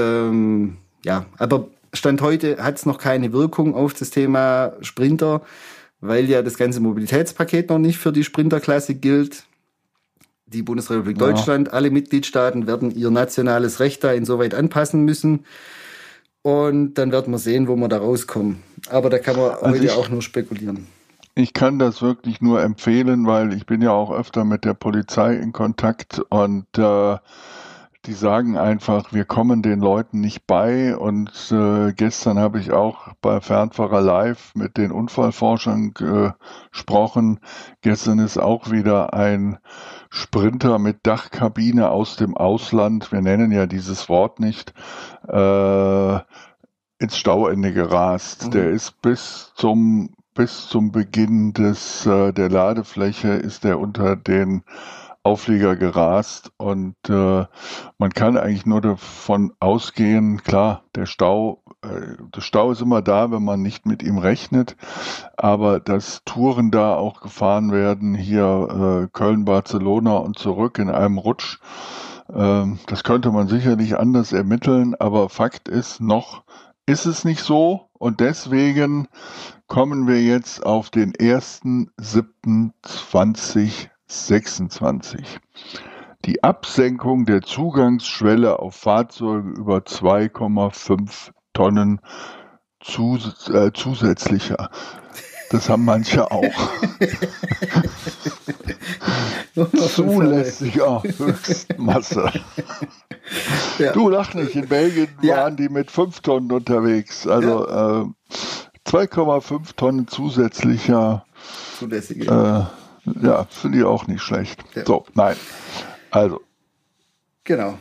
aber Stand heute hat es noch keine Wirkung auf das Thema Sprinter, weil ja das ganze Mobilitätspaket noch nicht für die Sprinterklasse gilt. Die Bundesrepublik Deutschland, alle Mitgliedstaaten werden ihr nationales Recht da insoweit anpassen müssen. Und dann werden wir sehen, wo wir da rauskommen. Aber da kann man heute auch nur spekulieren. Ich kann das wirklich nur empfehlen, weil ich bin ja auch öfter mit der Polizei in Kontakt und die sagen einfach, wir kommen den Leuten nicht bei. Und gestern habe ich auch bei Fernfahrer Live mit den Unfallforschern gesprochen. Gestern ist auch wieder ein Sprinter mit Dachkabine aus dem Ausland, wir nennen ja dieses Wort nicht, ins Stauende gerast. Der ist bis zum Beginn der Ladefläche ist der unter den Auflieger gerast und man kann eigentlich nur davon ausgehen, klar, der Stau ist immer da, wenn man nicht mit ihm rechnet, aber dass Touren da auch gefahren werden, hier Köln, Barcelona und zurück in einem Rutsch, das könnte man sicherlich anders ermitteln, aber Fakt ist, noch ist es nicht so und deswegen kommen wir jetzt auf den 1.7.2026. Die Absenkung der Zugangsschwelle auf Fahrzeuge über 2,5 Tonnen zusätzlicher. Das haben manche auch. Zulässiger Höchstmasse. Ja. Du lach nicht, in Belgien waren die mit 5 Tonnen unterwegs. Also 2,5 Tonnen zusätzlicher. Zulässiger. Finde ich auch nicht schlecht. Ja. So, nein. Also. Genau.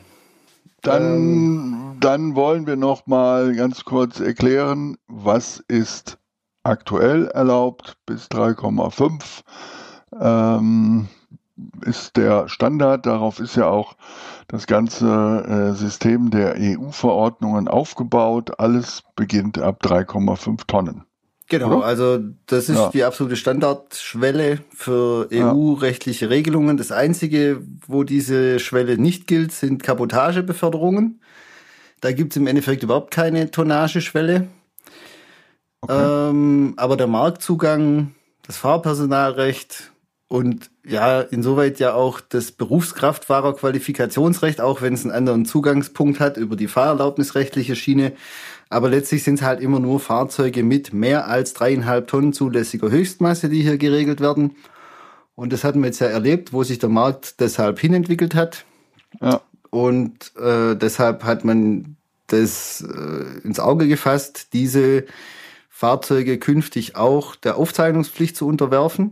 Dann wollen wir noch mal ganz kurz erklären, was ist aktuell erlaubt. Bis 3,5 ist der Standard. Darauf ist ja auch das ganze System der EU-Verordnungen aufgebaut. Alles beginnt ab 3,5 Tonnen. Genau, oder? Also das ist die absolute Standardschwelle für EU-rechtliche Regelungen. Das Einzige, wo diese Schwelle nicht gilt, sind Kabotagebeförderungen. Da gibt es im Endeffekt überhaupt keine Tonnageschwelle. Okay. Aber der Marktzugang, das Fahrpersonalrecht, Und ja, insoweit ja auch das Berufskraftfahrerqualifikationsrecht, auch wenn es einen anderen Zugangspunkt hat über die fahrerlaubnisrechtliche Schiene. Aber letztlich sind es halt immer nur Fahrzeuge mit mehr als 3,5 Tonnen zulässiger Höchstmasse, die hier geregelt werden. Und das hatten wir jetzt ja erlebt, wo sich der Markt deshalb hinentwickelt hat. Ja. Und deshalb hat man das ins Auge gefasst, diese Fahrzeuge künftig auch der Aufzeichnungspflicht zu unterwerfen.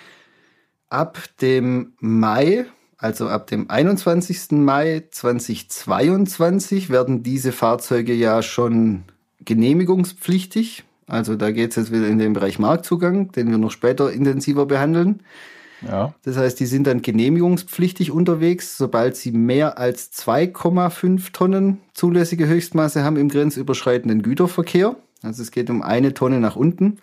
Ab dem Mai, also ab dem 21. Mai 2022 werden diese Fahrzeuge ja schon genehmigungspflichtig. Also da geht es jetzt wieder in den Bereich Marktzugang, den wir noch später intensiver behandeln. Ja. Das heißt, die sind dann genehmigungspflichtig unterwegs, sobald sie mehr als 2,5 Tonnen zulässige Höchstmaße haben im grenzüberschreitenden Güterverkehr. Also es geht um 1 Tonne nach unten.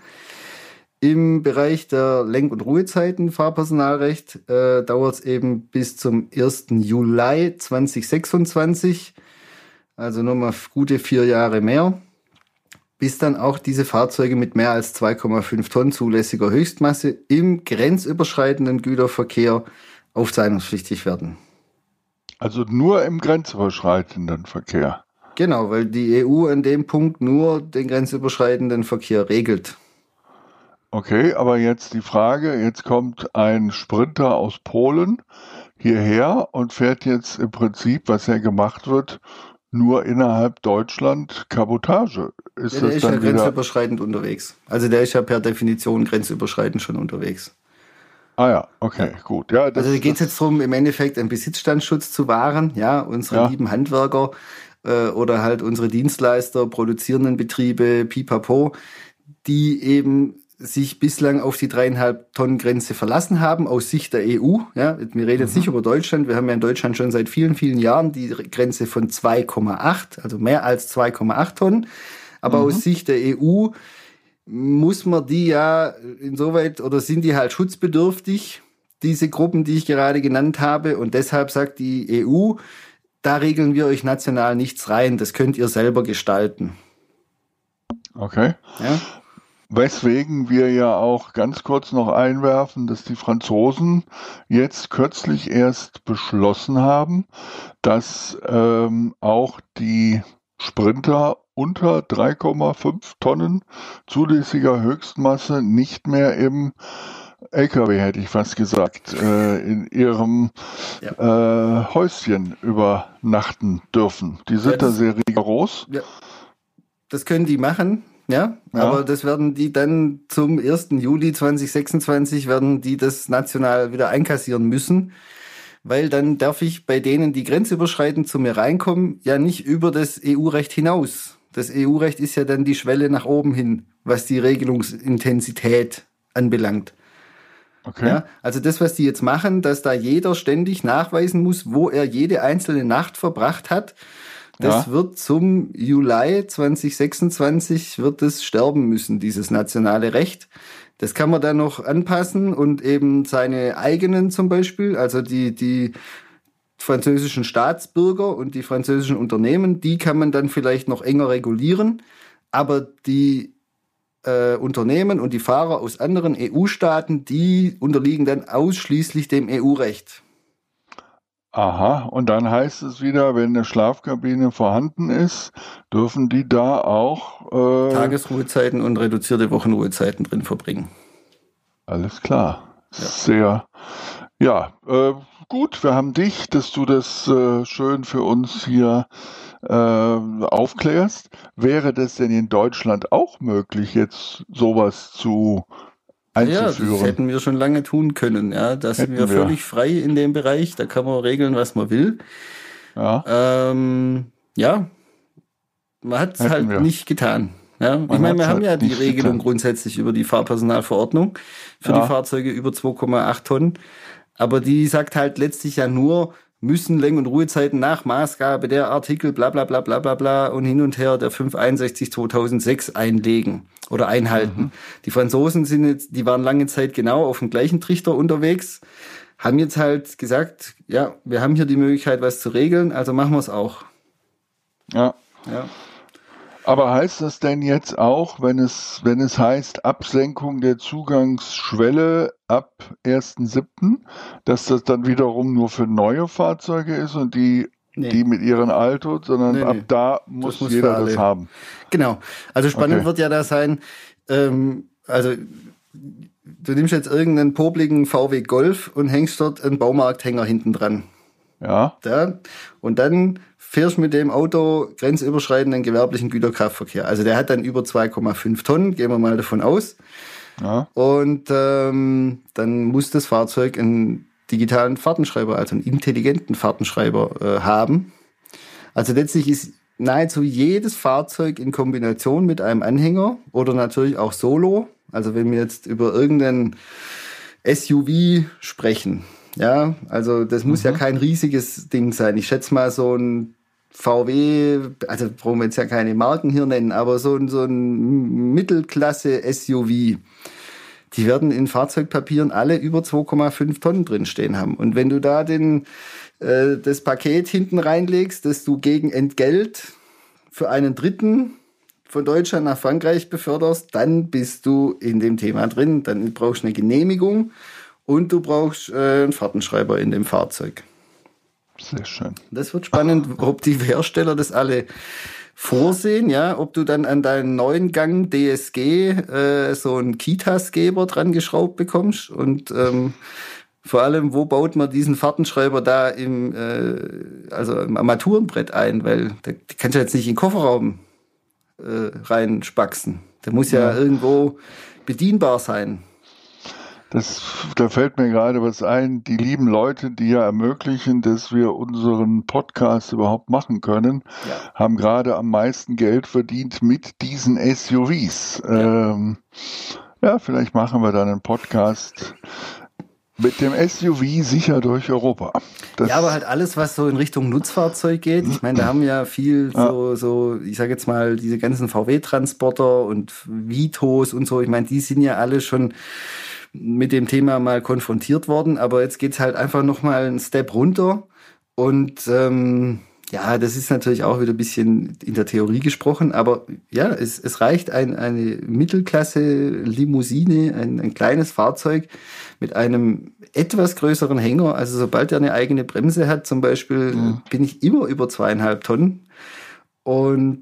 Im Bereich der Lenk- und Ruhezeiten, Fahrpersonalrecht, dauert es eben bis zum 1. Juli 2026, also nochmal gute 4 Jahre mehr, bis dann auch diese Fahrzeuge mit mehr als 2,5 Tonnen zulässiger Höchstmasse im grenzüberschreitenden Güterverkehr aufzeichnungspflichtig werden. Also nur im grenzüberschreitenden Verkehr. Genau, weil die EU an dem Punkt nur den grenzüberschreitenden Verkehr regelt. Okay, aber jetzt die Frage, jetzt kommt ein Sprinter aus Polen hierher und fährt jetzt im Prinzip, was ja gemacht wird, nur innerhalb Deutschland Kabotage. Der ist ja grenzüberschreitend unterwegs. Also der ist ja per Definition grenzüberschreitend schon unterwegs. Ah ja, okay, gut. Ja, also da geht es jetzt darum, im Endeffekt einen Besitzstandsschutz zu wahren. Ja, unsere lieben Handwerker oder halt unsere Dienstleister, produzierenden Betriebe, pipapo, die eben sich bislang auf die 3,5 Tonnen Grenze verlassen haben, aus Sicht der EU. Ja, wir reden jetzt nicht über Deutschland. Wir haben ja in Deutschland schon seit vielen, vielen Jahren die Grenze von 2,8, also mehr als 2,8 Tonnen. Aber aus Sicht der EU muss man die ja insoweit, oder sind die halt schutzbedürftig, diese Gruppen, die ich gerade genannt habe. Und deshalb sagt die EU, da regeln wir euch national nichts rein. Das könnt ihr selber gestalten. Okay. Ja? Weswegen wir ja auch ganz kurz noch einwerfen, dass die Franzosen jetzt kürzlich erst beschlossen haben, dass auch die Sprinter unter 3,5 Tonnen zulässiger Höchstmasse nicht mehr im LKW, hätte ich fast gesagt, in ihrem Häuschen übernachten dürfen. Die sind da sehr rigoros. Ja. Das können die machen. Ja, aber das werden die dann zum 1. Juli 2026 werden die das national wieder einkassieren müssen, weil dann darf ich bei denen, die grenzüberschreitend zu mir reinkommen, ja nicht über das EU-Recht hinaus. Das EU-Recht ist ja dann die Schwelle nach oben hin, was die Regelungsintensität anbelangt. Okay. Ja, also das, was die jetzt machen, dass da jeder ständig nachweisen muss, wo er jede einzelne Nacht verbracht hat, das wird zum Juli 2026 wird es sterben müssen, dieses nationale Recht. Das kann man dann noch anpassen und eben seine eigenen zum Beispiel, also die französischen Staatsbürger und die französischen Unternehmen, die kann man dann vielleicht noch enger regulieren. Aber die Unternehmen und die Fahrer aus anderen EU-Staaten, die unterliegen dann ausschließlich dem EU-Recht. Aha, und dann heißt es wieder, wenn eine Schlafkabine vorhanden ist, dürfen die da auch Tagesruhezeiten und reduzierte Wochenruhezeiten drin verbringen. Alles klar. Ja. Sehr, gut, wir haben dich, dass du das schön für uns hier aufklärst. Wäre das denn in Deutschland auch möglich, jetzt sowas zu einzuführen? Ja, das hätten wir schon lange tun können. Ja, da sind wir völlig frei in dem Bereich. Da kann man regeln, was man will. Ja, man hat es halt nicht getan. Ja, ich meine, wir haben ja die Regelung grundsätzlich über die Fahrpersonalverordnung für die Fahrzeuge über 2,8 Tonnen. Aber die sagt halt letztlich ja nur, müssen Lenk- und Ruhezeiten nach Maßgabe der Artikel bla bla bla bla bla bla und hin und her der 561/2006 einlegen oder einhalten. Die Franzosen die waren lange Zeit genau auf dem gleichen Trichter unterwegs, haben jetzt halt gesagt, ja, wir haben hier die Möglichkeit, was zu regeln, also machen wir es auch. Ja. Aber heißt das denn jetzt auch, wenn es heißt Absenkung der Zugangsschwelle ab 1.7., dass das dann wiederum nur für neue Fahrzeuge ist und die mit ihren Altos, sondern ab da muss jeder das haben? Genau. Also spannend wird ja da sein, also du nimmst jetzt irgendeinen popligen VW Golf und hängst dort einen Baumarkthänger hinten dran. Ja. Und dann fährst mit dem Auto grenzüberschreitenden gewerblichen Güterkraftverkehr. Also der hat dann über 2,5 Tonnen, gehen wir mal davon aus. Ja. Und dann muss das Fahrzeug einen digitalen Fahrtenschreiber, also einen intelligenten Fahrtenschreiber haben. Also letztlich ist nahezu jedes Fahrzeug in Kombination mit einem Anhänger oder natürlich auch solo. Also wenn wir jetzt über irgendeinen SUV sprechen, ja, also das muss ja kein riesiges Ding sein. Ich schätze mal so ein VW, also brauchen wir jetzt ja keine Marken hier nennen, aber so ein Mittelklasse-SUV, die werden in Fahrzeugpapieren alle über 2,5 Tonnen drinstehen haben. Und wenn du da das Paket hinten reinlegst, das du gegen Entgelt für einen Dritten von Deutschland nach Frankreich beförderst, dann bist du in dem Thema drin. Dann brauchst du eine Genehmigung und du brauchst einen Fahrtenschreiber in dem Fahrzeug. Sehr schön. Das wird spannend, ob die Hersteller das alle vorsehen, ja, ob du dann an deinen neuen Gang DSG so einen Kitas-Geber dran geschraubt bekommst und vor allem, wo baut man diesen Fahrtenschreiber da im Armaturenbrett ein, weil da kannst du jetzt nicht in den Kofferraum reinspaxen. Der muss ja irgendwo bedienbar sein. Da fällt mir gerade was ein, die lieben Leute, die ja ermöglichen, dass wir unseren Podcast überhaupt machen können, haben gerade am meisten Geld verdient mit diesen SUVs. Vielleicht machen wir dann einen Podcast mit dem SUV sicher durch Europa. Aber halt alles, was so in Richtung Nutzfahrzeug geht. Ich meine, da haben ja viel so, ich sage jetzt mal, diese ganzen VW-Transporter und Vitos und so. Ich meine, die sind ja alle schon mit dem Thema mal konfrontiert worden, aber jetzt geht's halt einfach nochmal einen Step runter und das ist natürlich auch wieder ein bisschen in der Theorie gesprochen, aber ja, es reicht eine Mittelklasse-Limousine, ein kleines Fahrzeug mit einem etwas größeren Hänger, also sobald er eine eigene Bremse hat zum Beispiel, bin ich immer über 2,5 Tonnen und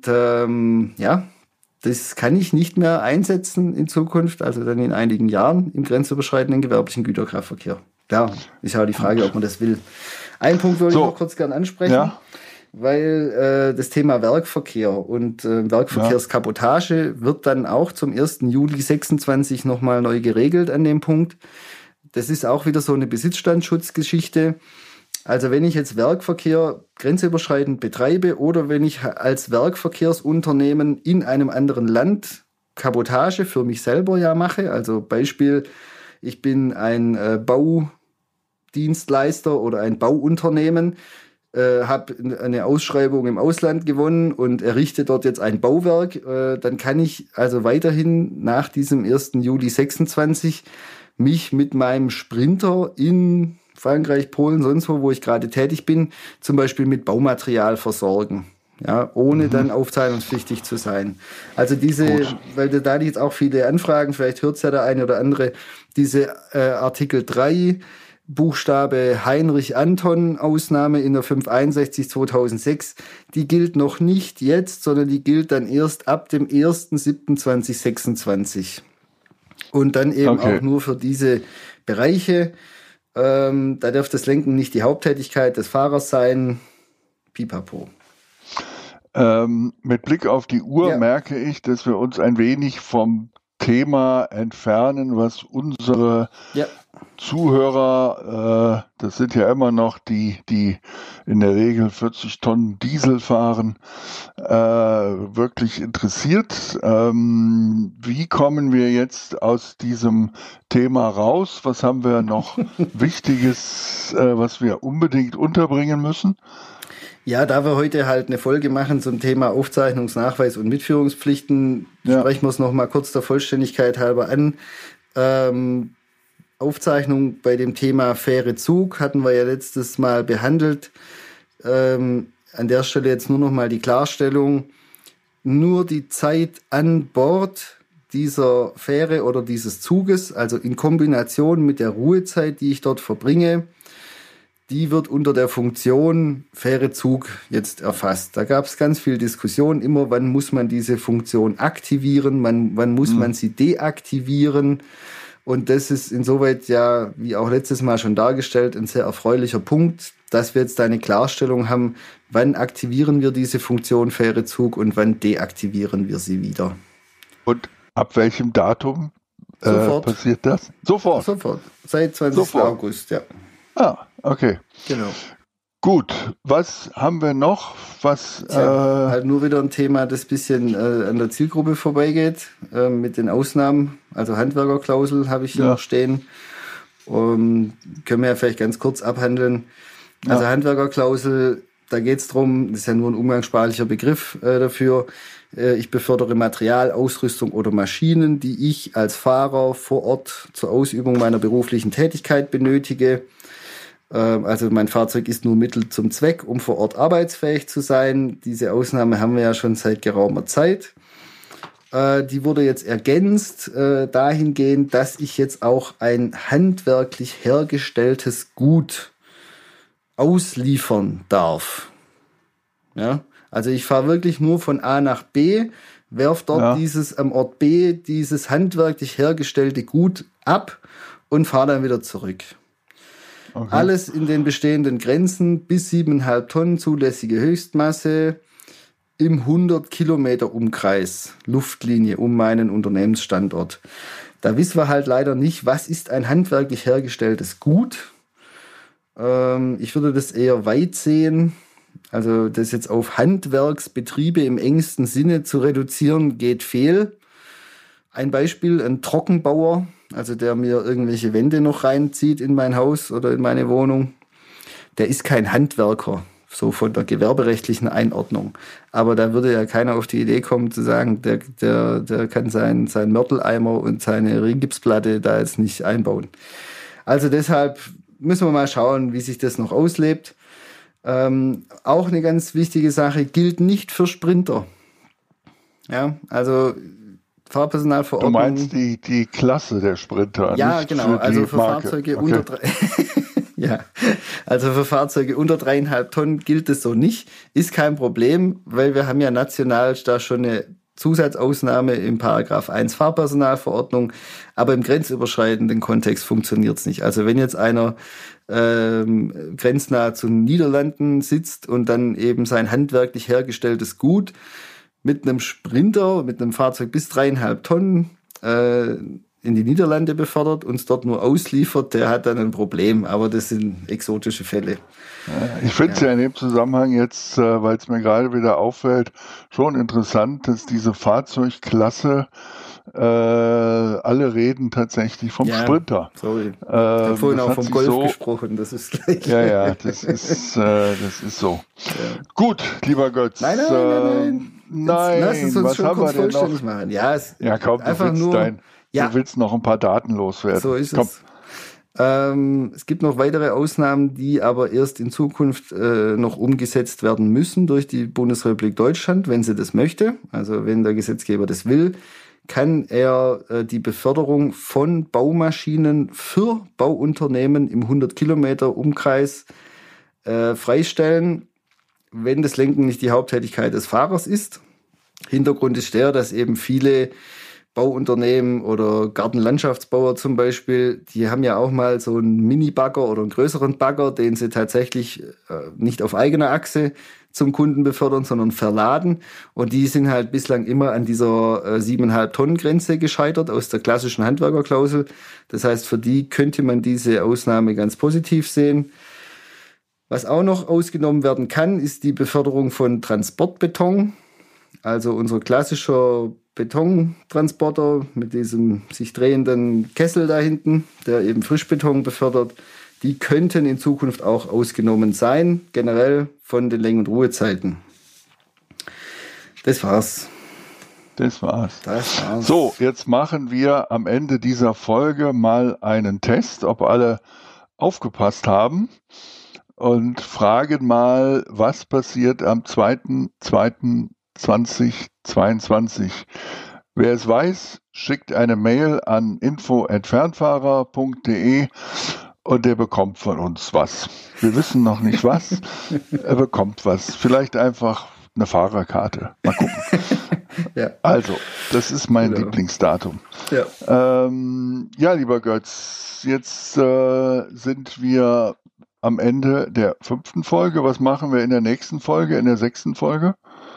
das kann ich nicht mehr einsetzen in Zukunft, also dann in einigen Jahren im grenzüberschreitenden gewerblichen Güterkraftverkehr. Ja, ist ja die Frage, ob man das will. Einen Punkt würde ich noch kurz gern ansprechen, weil das Thema Werkverkehr und Werkverkehrskabotage wird dann auch zum 1. Juli 26 nochmal neu geregelt an dem Punkt. Das ist auch wieder so eine Besitzstandsschutzgeschichte. Also wenn ich jetzt Werkverkehr grenzüberschreitend betreibe oder wenn ich als Werkverkehrsunternehmen in einem anderen Land Kabotage für mich selber mache, also Beispiel, ich bin ein Baudienstleister oder ein Bauunternehmen, habe eine Ausschreibung im Ausland gewonnen und errichte dort jetzt ein Bauwerk, dann kann ich also weiterhin nach diesem 1. Juli 26 mich mit meinem Sprinter in Frankreich, Polen, sonst wo ich gerade tätig bin, zum Beispiel mit Baumaterial versorgen, ja, ohne dann aufzeichnungspflichtig zu sein. Also weil da jetzt auch viele Anfragen, vielleicht hört es ja der eine oder andere, diese Artikel 3 Buchstabe Heinrich Anton Ausnahme in der 561/2006, die gilt noch nicht jetzt, sondern die gilt dann erst ab dem 1.7.2026. Und dann eben auch nur für diese Bereiche. Da darf das Lenken nicht die Haupttätigkeit des Fahrers sein. Pipapo. Mit Blick auf die Uhr merke ich, dass wir uns ein wenig vom Thema entfernen, was unsere Zuhörer, das sind ja immer noch die in der Regel 40 Tonnen Diesel fahren, wirklich interessiert. Wie kommen wir jetzt aus diesem Thema raus? Was haben wir noch Wichtiges, was wir unbedingt unterbringen müssen? Ja, da wir heute halt eine Folge machen zum Thema Aufzeichnungsnachweis und Mitführungspflichten, sprechen wir es noch mal kurz der Vollständigkeit halber an. Aufzeichnung bei dem Thema faire Zug hatten wir ja letztes Mal behandelt. An der Stelle jetzt nur noch mal die Klarstellung. nur die Zeit an Bord dieser Fähre oder dieses Zuges, also in Kombination mit der Ruhezeit, die ich dort verbringe, die wird unter der Funktion Fähre-Zug jetzt erfasst. Da gab es ganz viel Diskussion, immer wann muss man diese Funktion aktivieren, wann muss man sie deaktivieren. Und das ist insoweit ja, wie auch letztes Mal schon dargestellt, ein sehr erfreulicher Punkt, dass wir jetzt eine Klarstellung haben, wann aktivieren wir diese Funktion Fähre-Zug und wann deaktivieren wir sie wieder. Und ab welchem Datum passiert das? Sofort. Sofort. Seit 20. August, ja. Ah, okay. Genau. Gut, was haben wir noch? Halt nur wieder ein Thema, das ein bisschen an der Zielgruppe vorbeigeht, mit den Ausnahmen. Also Handwerkerklausel habe ich hier noch stehen. Können wir ja vielleicht ganz kurz abhandeln. Also Handwerkerklausel, da geht es darum, das ist ja nur ein umgangssprachlicher Begriff dafür, ich befördere Material, Ausrüstung oder Maschinen, die ich als Fahrer vor Ort zur Ausübung meiner beruflichen Tätigkeit benötige. Also mein Fahrzeug ist nur Mittel zum Zweck, um vor Ort arbeitsfähig zu sein. Diese Ausnahme haben wir ja schon seit geraumer Zeit. Die wurde jetzt ergänzt dahingehend, dass ich jetzt auch ein handwerklich hergestelltes Gut ausliefern darf. Ja, also ich fahre wirklich nur von A nach B, werf dort am Ort B dieses handwerklich hergestellte Gut ab und fahre dann wieder zurück. Okay. Alles in den bestehenden Grenzen bis 7,5 Tonnen zulässige Höchstmasse im 100 Kilometer Umkreis Luftlinie um meinen Unternehmensstandort. Da wissen wir halt leider nicht, was ist ein handwerklich hergestelltes Gut. Ich würde das eher weit sehen. Also das jetzt auf Handwerksbetriebe im engsten Sinne zu reduzieren, geht fehl. Ein Beispiel, ein Trockenbauer, also der mir irgendwelche Wände noch reinzieht in mein Haus oder in meine Wohnung, der ist kein Handwerker, so von der gewerberechtlichen Einordnung. Aber da würde ja keiner auf die Idee kommen zu sagen, der kann sein Mörteleimer und seine Ringgipsplatte da jetzt nicht einbauen. Also deshalb müssen wir mal schauen, wie sich das noch auslebt. Auch eine ganz wichtige Sache, gilt nicht für Sprinter. Ja, also Fahrpersonalverordnung. Du meinst die Klasse der Sprinter? Ja, nicht genau. Also für Fahrzeuge unter also für Fahrzeuge unter 3,5 Tonnen gilt es so nicht. Ist kein Problem, weil wir haben ja national da schon eine Zusatzausnahme im Paragraph 1 Fahrpersonalverordnung, aber im grenzüberschreitenden Kontext funktioniert es nicht. Also wenn jetzt einer grenznah zu den Niederlanden sitzt und dann eben sein handwerklich hergestelltes Gut mit einem Sprinter, mit einem Fahrzeug bis 3,5 Tonnen in die Niederlande befördert, uns dort nur ausliefert, der hat dann ein Problem. Aber das sind exotische Fälle. Ich finde es ja in dem Zusammenhang jetzt, weil es mir gerade wieder auffällt, schon interessant, dass diese Fahrzeugklasse alle reden tatsächlich vom Sprinter. Sorry. Ich habe vorhin auch vom Golf gesprochen, das ist gleich. Ja, das ist so. Ja. Gut, lieber Götz. Nein. Lass uns was schon kurz vollständig machen. Ja, komm, einfach du willst noch ein paar Daten loswerden. So ist es. Es gibt noch weitere Ausnahmen, die aber erst in Zukunft noch umgesetzt werden müssen durch die Bundesrepublik Deutschland, wenn sie das möchte. Also wenn der Gesetzgeber das will, kann er die Beförderung von Baumaschinen für Bauunternehmen im 100 Kilometer Umkreis freistellen, wenn das Lenken nicht die Haupttätigkeit des Fahrers ist. Hintergrund ist der, dass eben viele Bauunternehmen oder Gartenlandschaftsbauer zum Beispiel, die haben ja auch mal so einen Mini-Bagger oder einen größeren Bagger, den sie tatsächlich nicht auf eigener Achse zum Kunden befördern, sondern verladen. Und die sind halt bislang immer an dieser 7,5 Tonnen Grenze gescheitert aus der klassischen Handwerkerklausel. Das heißt, für die könnte man diese Ausnahme ganz positiv sehen. Was auch noch ausgenommen werden kann, ist die Beförderung von Transportbeton. Also unser klassischer Betontransporter mit diesem sich drehenden Kessel da hinten, der eben Frischbeton befördert, die könnten in Zukunft auch ausgenommen sein, generell von den Lenk- und Ruhezeiten. Das war's. So, jetzt machen wir am Ende dieser Folge mal einen Test, ob alle aufgepasst haben und fragen mal, was passiert am 2.2.2022 2022. Wer es weiß, schickt eine Mail an info@fernfahrer.de und der bekommt von uns was. Wir wissen noch nicht was, er bekommt was. Vielleicht einfach eine Fahrerkarte. Mal gucken. Ja. Also, das ist mein Lieblingsdatum. Ja. Ja, lieber Götz, jetzt sind wir am Ende der 5. Folge. Was machen wir in der nächsten Folge, in der 6. Folge?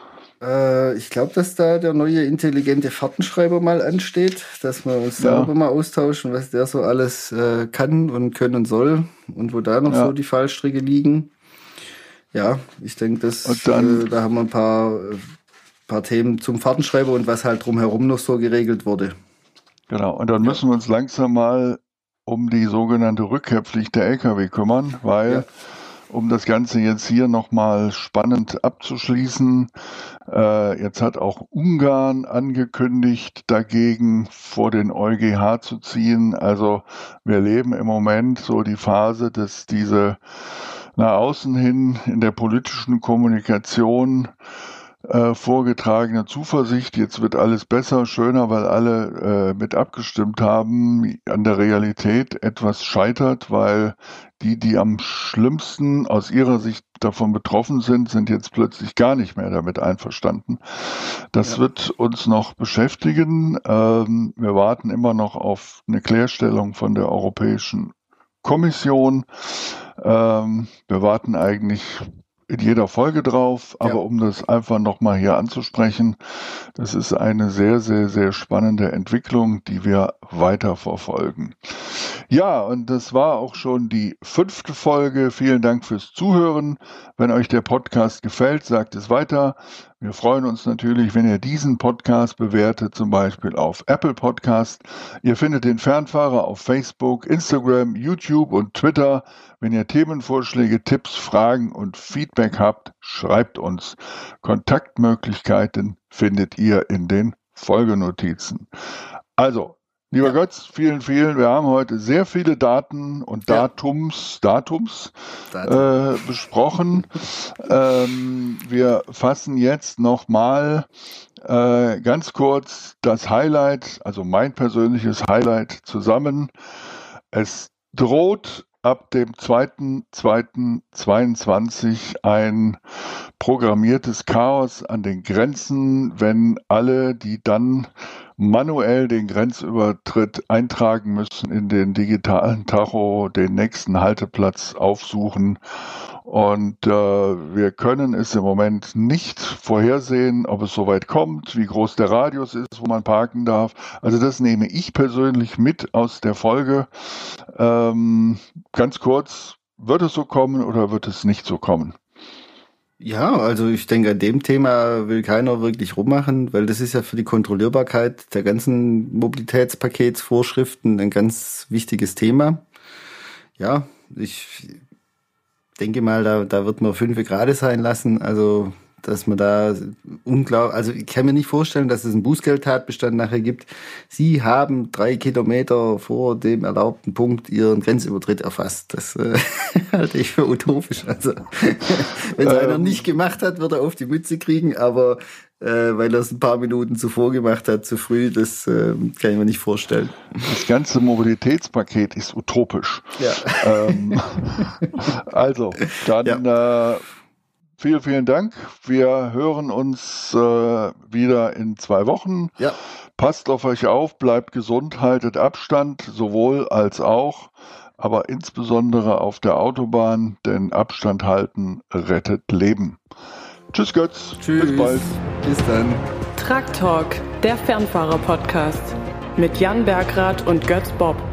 Ich glaube, dass da der neue intelligente Fahrtenschreiber mal ansteht, dass wir uns darüber mal austauschen, was der so alles kann und können soll und wo da noch so die Fallstricke liegen. Ja, ich denke, da haben wir ein paar Themen zum Fahrtenschreiber und was halt drumherum noch so geregelt wurde. Genau, und dann müssen wir uns langsam mal um die sogenannte Rückkehrpflicht der Lkw kümmern, weil um das Ganze jetzt hier nochmal spannend abzuschließen, jetzt hat auch Ungarn angekündigt, dagegen vor den EuGH zu ziehen. Also wir erleben im Moment so die Phase, dass diese nach außen hin in der politischen Kommunikation vorgetragene Zuversicht, jetzt wird alles besser, schöner, weil alle mit abgestimmt haben, an der Realität etwas scheitert, weil die am schlimmsten aus ihrer Sicht davon betroffen sind jetzt plötzlich gar nicht mehr damit einverstanden. Das wird uns noch beschäftigen. Wir warten immer noch auf eine Klärstellung von der Europäischen Kommission. Wir warten eigentlich in jeder Folge drauf, aber um das einfach nochmal hier anzusprechen, das ist eine sehr, sehr, sehr spannende Entwicklung, die wir weiter verfolgen. Ja, und das war auch schon die 5. Folge. Vielen Dank fürs Zuhören. Wenn euch der Podcast gefällt, sagt es weiter. Wir freuen uns natürlich, wenn ihr diesen Podcast bewertet, zum Beispiel auf Apple Podcast. Ihr findet den Fernfahrer auf Facebook, Instagram, YouTube und Twitter. Wenn ihr Themenvorschläge, Tipps, Fragen und Feedback habt, schreibt uns. Kontaktmöglichkeiten findet ihr in den Folgenotizen. Also, lieber Götz, vielen, wir haben heute sehr viele Daten und Datums besprochen. Wir fassen jetzt nochmal ganz kurz das Highlight, also mein persönliches Highlight zusammen. Es droht ab dem 2.2.22 ein programmiertes Chaos an den Grenzen, wenn alle, die dann manuell den Grenzübertritt eintragen müssen in den digitalen Tacho, den nächsten Halteplatz aufsuchen. Und wir können es im Moment nicht vorhersehen, ob es soweit kommt, wie groß der Radius ist, wo man parken darf. Also das nehme ich persönlich mit aus der Folge. Ganz kurz, wird es so kommen oder wird es nicht so kommen? Ja, also ich denke, an dem Thema will keiner wirklich rummachen, weil das ist ja für die Kontrollierbarkeit der ganzen Mobilitätspaketsvorschriften ein ganz wichtiges Thema. Ja, ich denke mal, da wird man 5 Grad sein lassen, also dass man da also ich kann mir nicht vorstellen, dass es einen Bußgeldtatbestand nachher gibt. Sie haben 3 Kilometer vor dem erlaubten Punkt Ihren Grenzübertritt erfasst. Das halte ich für utopisch. Also wenn es einer nicht gemacht hat, wird er auf die Mütze kriegen, aber weil er es ein paar Minuten zuvor gemacht hat, zu früh, das kann ich mir nicht vorstellen. Das ganze Mobilitätspaket ist utopisch. Ja. Also, dann vielen Dank. Wir hören uns wieder in 2 Wochen. Ja. Passt auf euch auf, bleibt gesund, haltet Abstand, sowohl als auch, aber insbesondere auf der Autobahn, denn Abstand halten rettet Leben. Tschüss Götz. Tschüss. Bis bald. Bis dann. Truck Talk, der Fernfahrer-Podcast mit Jan Bergrath und Götz Bob.